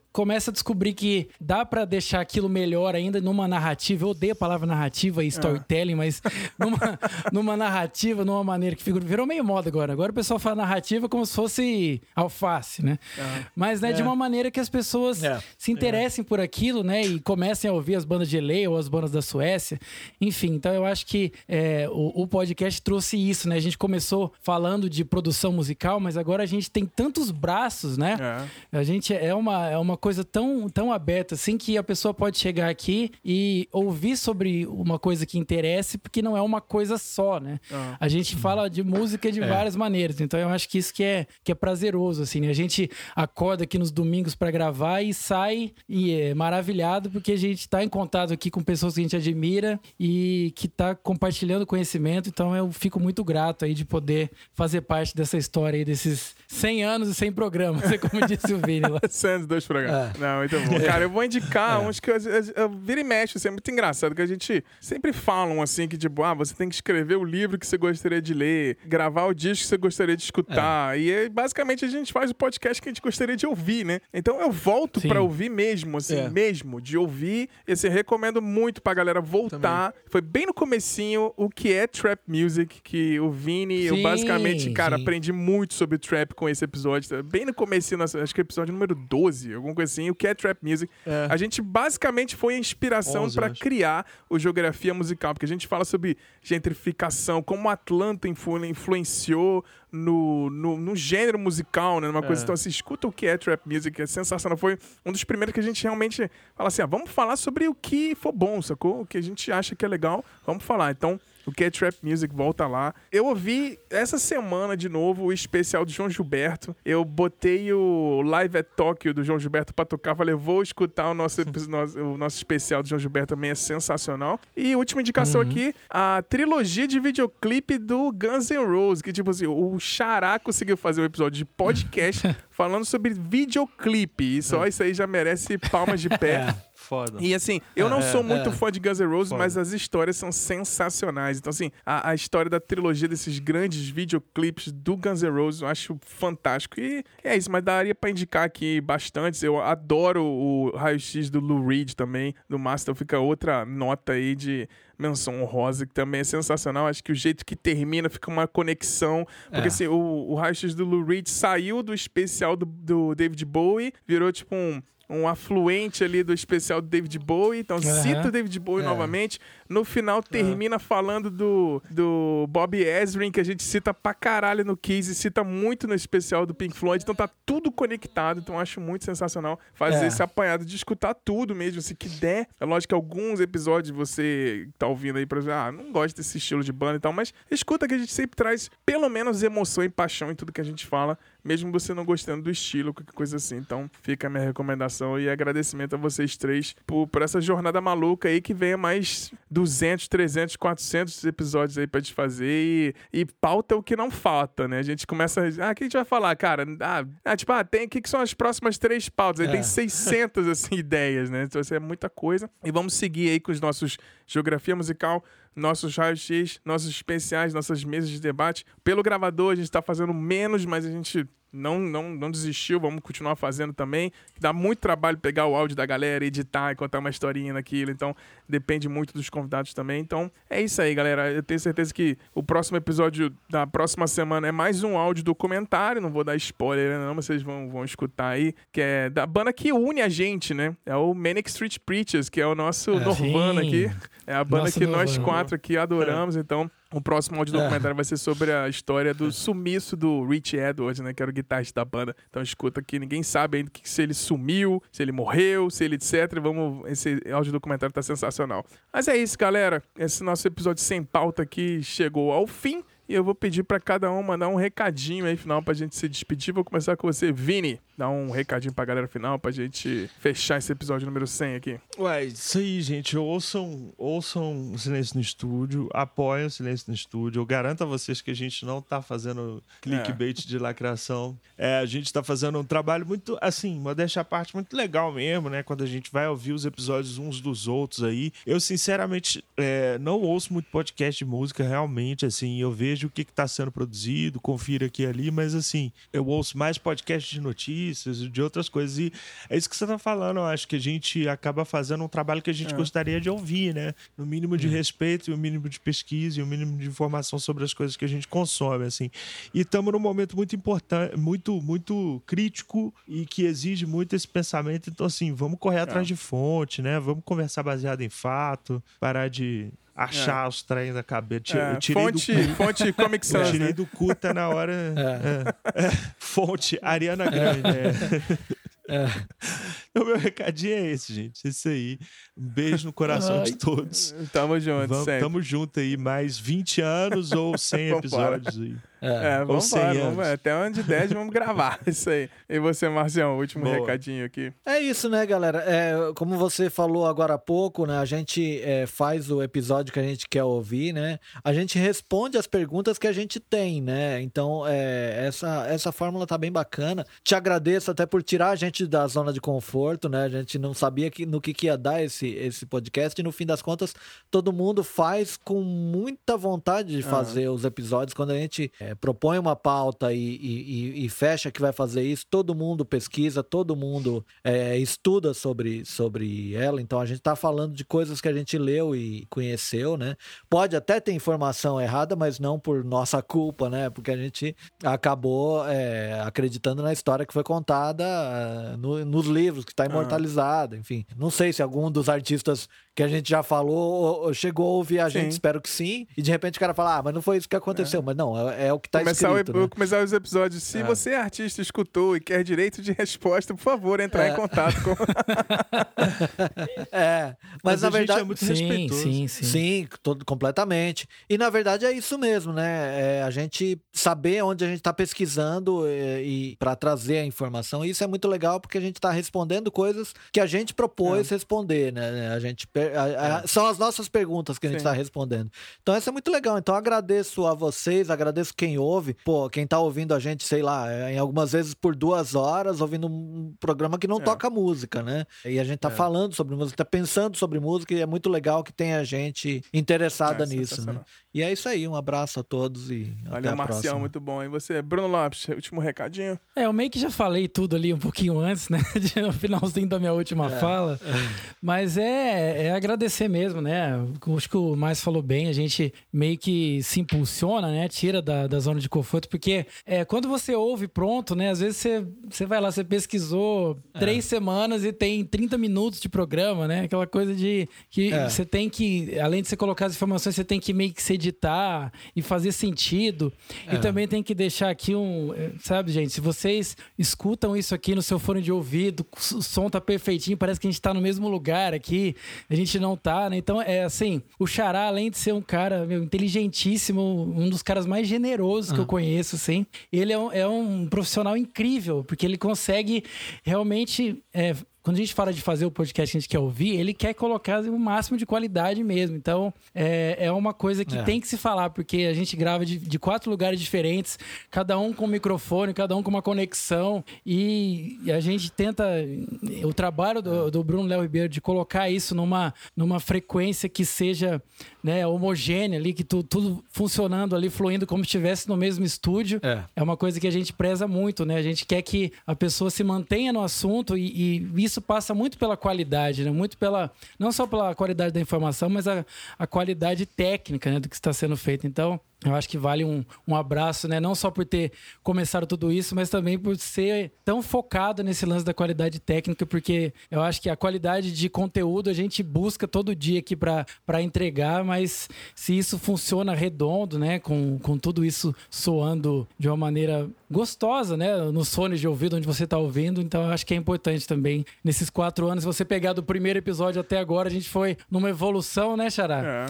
começa a descobrir que dá pra deixar aquilo melhor ainda numa narrativa. Eu odeio a palavra narrativa e storytelling, mas numa narrativa, numa maneira que virou meio moda agora. Agora o pessoal fala narrativa como se fosse alface, né? Mas, né, de uma maneira que as pessoas se interessem por aquilo, né? E comecem a ouvir as bandas de LA ou as bandas da Suécia. Enfim, então eu acho que o podcast trouxe isso, né? A gente começou falando de produção musical, mas agora a gente tem tantos braços, né? A gente é uma coisa tão aberta, assim, que a pessoa pode chegar aqui e ouvir sobre uma coisa que interesse, porque não é uma coisa só, né? A gente fala de música de várias maneiras, então eu acho que isso que é prazeroso, assim, né? A gente acorda aqui nos domingos pra gravar e sai e é maravilhado, porque a gente tá em contato aqui com pessoas que a gente admira e que tá compartilhando conhecimento, então eu fico muito grato aí de poder fazer parte dessa história aí, desses 100 anos e 100 programas, como disse o Vini lá. 102 programas. Não, muito bom. Cara, eu vou indicar uns que eu vira e mexe, assim, é muito engraçado, que a gente sempre falam assim, que tipo, você tem que escrever o livro que você gostaria de ler, gravar o disco que você gostaria de escutar, e basicamente a gente faz o podcast que a gente gostaria de ouvir, né? Então eu volto pra ouvir mesmo, assim, de ouvir, e assim, recomendo muito pra galera voltar. Também. Foi bem no comecinho o que é trap music, que o Vini, eu basicamente, cara, aprendi muito sobre trap com esse episódio, bem no comecinho, acho que é o episódio número 12, alguma coisa assim, o que é trap music. A gente basicamente foi a inspiração pra criar o Geografia Musical, porque a gente fala sobre gentrificação, como Atlanta influenciou no gênero musical, né? Uma coisa, então assim, escuta o que é trap music, é sensacional. Foi um dos primeiros que a gente realmente fala assim, vamos falar sobre o que for bom, sacou? O que a gente acha que é legal, vamos falar. Então, o que é trap music, volta lá. Eu ouvi essa semana de novo o especial do João Gilberto. Eu botei o Live at Tóquio do João Gilberto pra tocar. Falei, vou escutar o nosso especial do João Gilberto, também é sensacional. E última indicação aqui, a trilogia de videoclipe do Guns N' Roses, que tipo assim, o Xará conseguiu fazer um episódio de podcast falando sobre videoclipe. E só isso aí já merece palmas de pé. Foda. E assim, eu não sou muito fã de Guns N' Roses, mas as histórias são sensacionais. Então assim, a história da trilogia desses grandes videoclipes do Guns N' Roses eu acho fantástico. E é isso, mas daria pra indicar aqui bastante. Eu adoro o Raio-X do Lou Reed também, do Master. Fica outra nota aí de menção honrosa, que também é sensacional. Acho que o jeito que termina fica uma conexão. Porque assim, o Raio-X do Lou Reed saiu do especial do David Bowie, virou tipo um afluente ali do especial do David Bowie. Então cita o David Bowie novamente. No final termina falando do Bob Ezrin, que a gente cita pra caralho no Kiss e cita muito no especial do Pink Floyd. Então tá tudo conectado. Então acho muito sensacional fazer esse apanhado de escutar tudo mesmo, assim, que der. É lógico que alguns episódios você tá ouvindo aí pra dizer, não gosto desse estilo de banda e tal, mas escuta que a gente sempre traz pelo menos emoção e paixão em tudo que a gente fala, mesmo você não gostando do estilo, qualquer coisa assim. Então fica a minha recomendação e agradecimento a vocês três por essa jornada maluca aí, que venha mais 200, 300, 400 episódios aí pra te fazer e pauta o que não falta, né? A gente começa o que a gente vai falar, cara? Tem o que são as próximas 3 pautas? Aí tem 600, assim, ideias, né? Então, isso é muita coisa. E vamos seguir aí com os nossos Geografia Musical, nossos raios-x, nossos especiais, nossas mesas de debate. Pelo gravador, a gente tá fazendo menos, mas a gente não desistiu, vamos continuar fazendo também. Dá muito trabalho pegar o áudio da galera, editar e contar uma historinha naquilo, então depende muito dos convidados também. Então é isso aí, galera. Eu tenho certeza que o próximo episódio da próxima semana é mais um áudio documentário, não vou dar spoiler não, mas vocês vão escutar aí, que é da banda que une a gente, né? É o Manic Street Preachers, que é o nosso Nirvana aqui. É a banda que nós 4 aqui adoramos, então o próximo áudio documentário vai ser sobre a história do sumiço do Rich Edwards, né? Que era o guitarrista da banda. Então escuta que ninguém sabe ainda se ele sumiu, se ele morreu, se ele etc. Esse áudio documentário tá sensacional. Mas é isso, galera. Esse nosso episódio sem pauta aqui chegou ao fim. E eu vou pedir pra cada um mandar um recadinho aí final pra gente se despedir. Vou começar com você, Vini. Dá um recadinho pra galera final pra gente fechar esse episódio número 100 aqui. Isso aí, gente. Ouçam o Silêncio no Estúdio. Apoiem o Silêncio no Estúdio. Eu garanto a vocês que a gente não tá fazendo clickbait de lacração. A gente tá fazendo um trabalho muito, assim, modéstia à parte, muito legal mesmo, né? Quando a gente vai ouvir os episódios uns dos outros aí. Eu, sinceramente, não ouço muito podcast de música, realmente, assim. Eu vejo veja o que está sendo produzido, confira aqui e ali, mas assim, eu ouço mais podcasts de notícias, de outras coisas, e é isso que você está falando, eu acho que a gente acaba fazendo um trabalho que a gente gostaria de ouvir, né? No mínimo de respeito, e o mínimo de pesquisa, e o mínimo de informação sobre as coisas que a gente consome, assim. E estamos num momento muito importante, muito crítico e que exige muito esse pensamento, então assim, vamos correr atrás de fonte, né? Vamos conversar baseado em fato, parar de achar os trem da cabeça. Fonte Comic Sans. Eu tirei do cu, tá na hora. Fonte Ariana Grande. O meu recadinho é esse, gente. Isso aí. Um beijo no coração de todos. Tamo junto, Tamo junto aí. Mais 20 anos ou 100 episódios aí. Vamos embora. Até onde der, vamos gravar isso aí. E você, Marcião, último recadinho aqui. É isso, né, galera? Como você falou agora há pouco, né? A gente faz o episódio que a gente quer ouvir, né? A gente responde as perguntas que a gente tem, né? Então, essa fórmula tá bem bacana. Te agradeço até por tirar a gente da zona de conforto, né? A gente não sabia no que ia dar esse podcast e, no fim das contas, todo mundo faz com muita vontade de fazer os episódios. Quando a gente propõe uma pauta e fecha que vai fazer isso, todo mundo pesquisa, todo mundo estuda sobre ela. Então a gente tá falando de coisas que a gente leu e conheceu, né? Pode até ter informação errada, mas não por nossa culpa, né? Porque a gente acabou acreditando na história que foi contada nos livros, que tá imortalizada, enfim. Não sei se algum dos artistas que a gente já falou chegou a ouvir a gente, espero que sim. E de repente o cara fala, mas não foi isso que aconteceu. Mas não, é o que tá escrito, né? Começar os episódios. Se você é artista, escutou e quer direito de resposta, por favor, entrar em contato com... mas na verdade... é muito respeitoso. Sim, completamente. E na verdade é isso mesmo, né? A gente saber onde a gente tá pesquisando e para trazer a informação. E isso é muito legal porque a gente tá respondendo coisas que a gente propôs responder, né? A gente... são as nossas perguntas que a gente tá respondendo. Então isso é muito legal. Então agradeço a vocês, agradeço quem ouve. Pô, quem tá ouvindo a gente, sei lá, em algumas vezes por 2 horas, ouvindo um programa que não toca música, né? E a gente tá falando sobre música, tá pensando sobre música e é muito legal que tenha gente interessada nisso, né? E é isso aí, um abraço a todos e até a Marcião, próxima. muito bom. E você, Bruno Lopes, último recadinho? Eu meio que já falei tudo ali um pouquinho antes, né? No finalzinho da minha última fala. Mas é agradecer mesmo, né? Acho que o Mais falou bem, a gente meio que se impulsiona, né? Tira da zona de conforto, porque quando você ouve pronto, né? Às vezes você vai lá, você pesquisou 3 semanas e tem 30 minutos de programa, né? Aquela coisa de que você tem que, além de você colocar as informações, você tem que meio que se editar e fazer sentido. E também tem que deixar aqui sabe, gente, se vocês escutam isso aqui no seu fone de ouvido, o som tá perfeitinho, parece que a gente tá no mesmo lugar aqui, a gente não tá, né? Então, assim, o Xará, além de ser um cara inteligentíssimo, um dos caras mais generosos que eu conheço, assim, ele é um profissional incrível, porque ele consegue realmente... Quando a gente fala de fazer o podcast que a gente quer ouvir, ele quer colocar o máximo de qualidade mesmo. Então, é uma coisa que tem que se falar, porque a gente grava de 4 lugares diferentes, cada um com um microfone, cada um com uma conexão, e a gente tenta... O trabalho do Bruno Léo Ribeiro de colocar isso numa frequência que seja, né, homogênea ali, que tudo funcionando ali, fluindo como se estivesse no mesmo estúdio, é uma coisa que a gente preza muito, né? A gente quer que a pessoa se mantenha no assunto e isso passa muito pela qualidade, né? Muito não só pela qualidade da informação, mas a qualidade técnica, né, do que está sendo feito. Então, eu acho que vale um abraço, né? Não só por ter começado tudo isso, mas também por ser tão focado nesse lance da qualidade técnica, porque eu acho que a qualidade de conteúdo a gente busca todo dia aqui para entregar, mas se isso funciona redondo, né? Com tudo isso soando de uma maneira gostosa, né? Nos fones de ouvido onde você está ouvindo, então eu acho que é importante também, nesses 4 anos, se você pegar do primeiro episódio até agora, a gente foi numa evolução, né, Xará?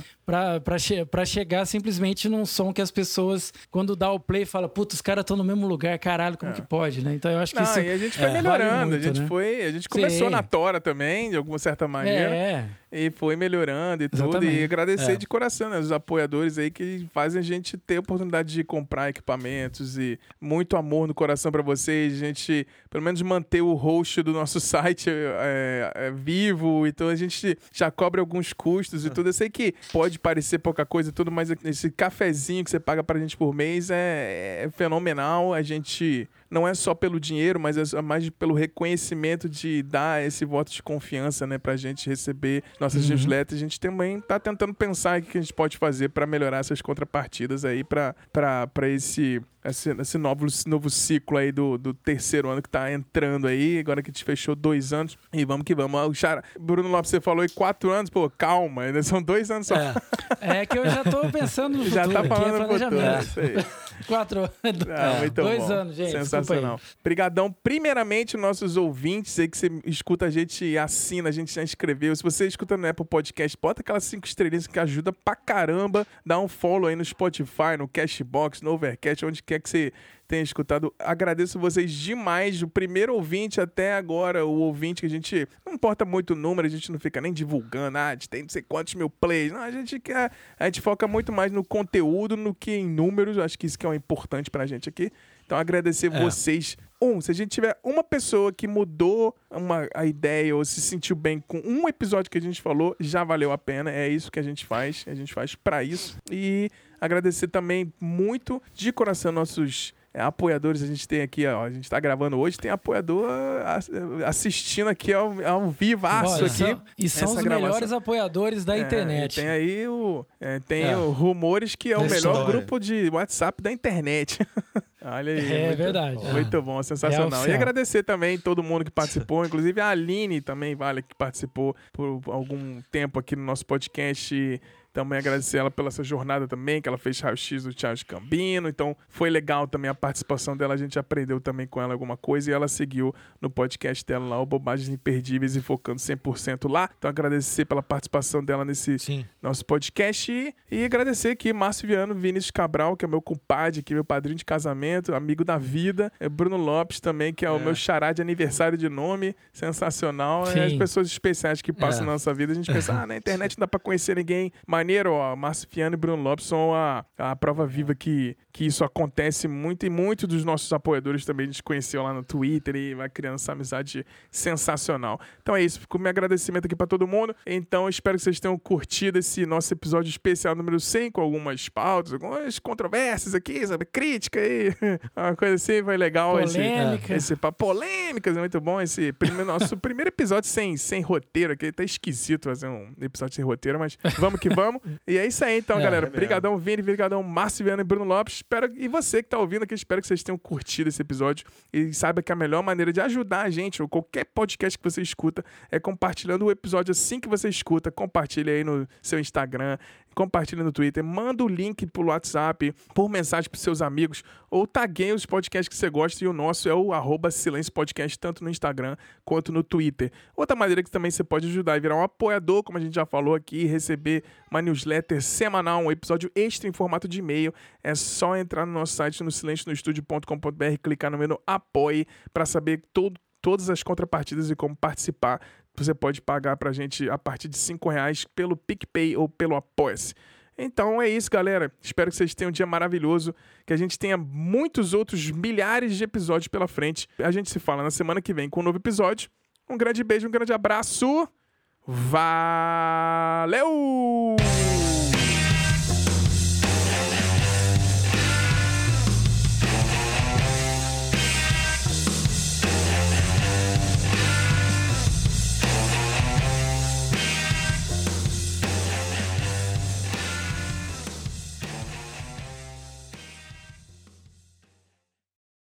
Pra chegar simplesmente num som que as pessoas, quando dá o play, falam, puta, os caras estão no mesmo lugar, caralho, como que pode, né? Então eu acho que isso... E a gente foi melhorando, vale muito, a gente começou na tora também, de alguma certa maneira. e foi melhorando e tudo. Exatamente. E agradecer de coração, né, os apoiadores aí que fazem a gente ter a oportunidade de comprar equipamentos e muito amor no coração pra vocês. A gente, pelo menos, manter o host do nosso site vivo. Então a gente já cobra alguns custos e tudo. Eu sei que pode parecer pouca coisa e tudo, mas esse cafezinho que você paga pra gente por mês é fenomenal. A gente não é só pelo dinheiro, mas é mais pelo reconhecimento de dar esse voto de confiança, né, pra gente receber nossas newsletters. A gente também tá tentando pensar o que a gente pode fazer pra melhorar essas contrapartidas aí pra esse novo ciclo aí do terceiro ano que tá entrando aí, agora que a gente fechou 2 anos, e vamos que vamos. Bruno Lopes, você falou aí 4 anos, pô, calma, ainda são 2 anos só. É que eu já tô pensando no futuro, já tá falando aqui, no futuro, é isso aí. 4 muito 2 bom. anos, gente. Sensacional. Obrigadão, primeiramente, nossos ouvintes aí que você escuta a gente e assina, a gente já inscreveu. Se você escuta no Apple Podcast, bota aquelas 5 estrelinhas que ajuda pra caramba. Dá um follow aí no Spotify, no Cashbox, no Overcast, onde quer que você tenha escutado. Agradeço vocês demais, do primeiro ouvinte até agora, o ouvinte que a gente não importa muito o número, a gente não fica nem divulgando, a gente tem não sei quantos mil plays. Não, a gente foca muito mais no conteúdo do que em números. Acho que isso que é o importante pra gente aqui. Então, agradecer vocês. Se a gente tiver uma pessoa que mudou a ideia ou se sentiu bem com um episódio que a gente falou, já valeu a pena. É isso que a gente faz. A gente faz pra isso. E agradecer também muito de coração nossos apoiadores. A gente tem aqui, ó, a gente tá gravando hoje, tem apoiador assistindo aqui ao vivaço aqui. E são os melhores apoiadores da internet. Tem aí rumores que é o melhor grupo de WhatsApp da internet. Olha aí. Verdade. Muito bom, sensacional. E agradecer também todo mundo que participou, inclusive a Aline também, que participou por algum tempo aqui no nosso podcast. Também agradecer ela pela essa jornada também, que ela fez raio-x do Charles Gambino. Então, foi legal também a participação dela. A gente aprendeu também com ela alguma coisa e ela seguiu no podcast dela lá, o Bobagens Imperdíveis, e focando 100% lá. Então, agradecer pela participação dela nesse nosso podcast. E agradecer aqui Márcio Vinícius Cabral, que é meu compadre aqui, meu padrinho de casamento, amigo da vida. Bruno Lopes também, que é o meu xará de aniversário de nome. Sensacional. As pessoas especiais que passam na nossa vida. A gente pensa, na internet não dá pra conhecer ninguém maneiro, ó. Márcio Viano e Bruno Lopes são a prova viva que isso acontece muito, e muitos dos nossos apoiadores também a gente conheceu lá no Twitter e vai criando essa amizade sensacional. Então é isso, ficou meu agradecimento aqui pra todo mundo. Então espero que vocês tenham curtido esse nosso episódio especial número 100, com algumas pautas, algumas controvérsias aqui, sabe, crítica aí, uma coisa assim, foi legal. Polêmicas, é muito bom esse nosso primeiro episódio sem roteiro aqui. Tá esquisito fazer um episódio sem roteiro, mas vamos que vamos. E é isso aí então, galera. Brigadão Vini, brigadão Márcio Viana e Bruno Lopes. E você que tá ouvindo aqui, espero que vocês tenham curtido esse episódio e saiba que a melhor maneira de ajudar a gente, ou qualquer podcast que você escuta, é compartilhando o episódio assim que você escuta. Compartilha aí no seu Instagram, compartilha no Twitter, manda o link pro WhatsApp, por mensagem pros seus amigos, ou tagueia os podcasts que você gosta, e o nosso é o @SilêncioPodcast, tanto no Instagram quanto no Twitter. Outra maneira que também você pode ajudar é virar um apoiador, como a gente já falou aqui, receber uma newsletter semanal, um episódio extra em formato de e-mail. É só entrar no nosso site, no silencionostudio.com.br, clicar no menu Apoie, para saber todas as contrapartidas e como participar. Você pode pagar pra gente a partir de R$5 pelo PicPay ou pelo Apoia-se. Então é isso, galera. Espero que vocês tenham um dia maravilhoso, que a gente tenha muitos outros milhares de episódios pela frente. A gente se fala na semana que vem com um novo episódio. Um grande beijo, um grande abraço. Valeu!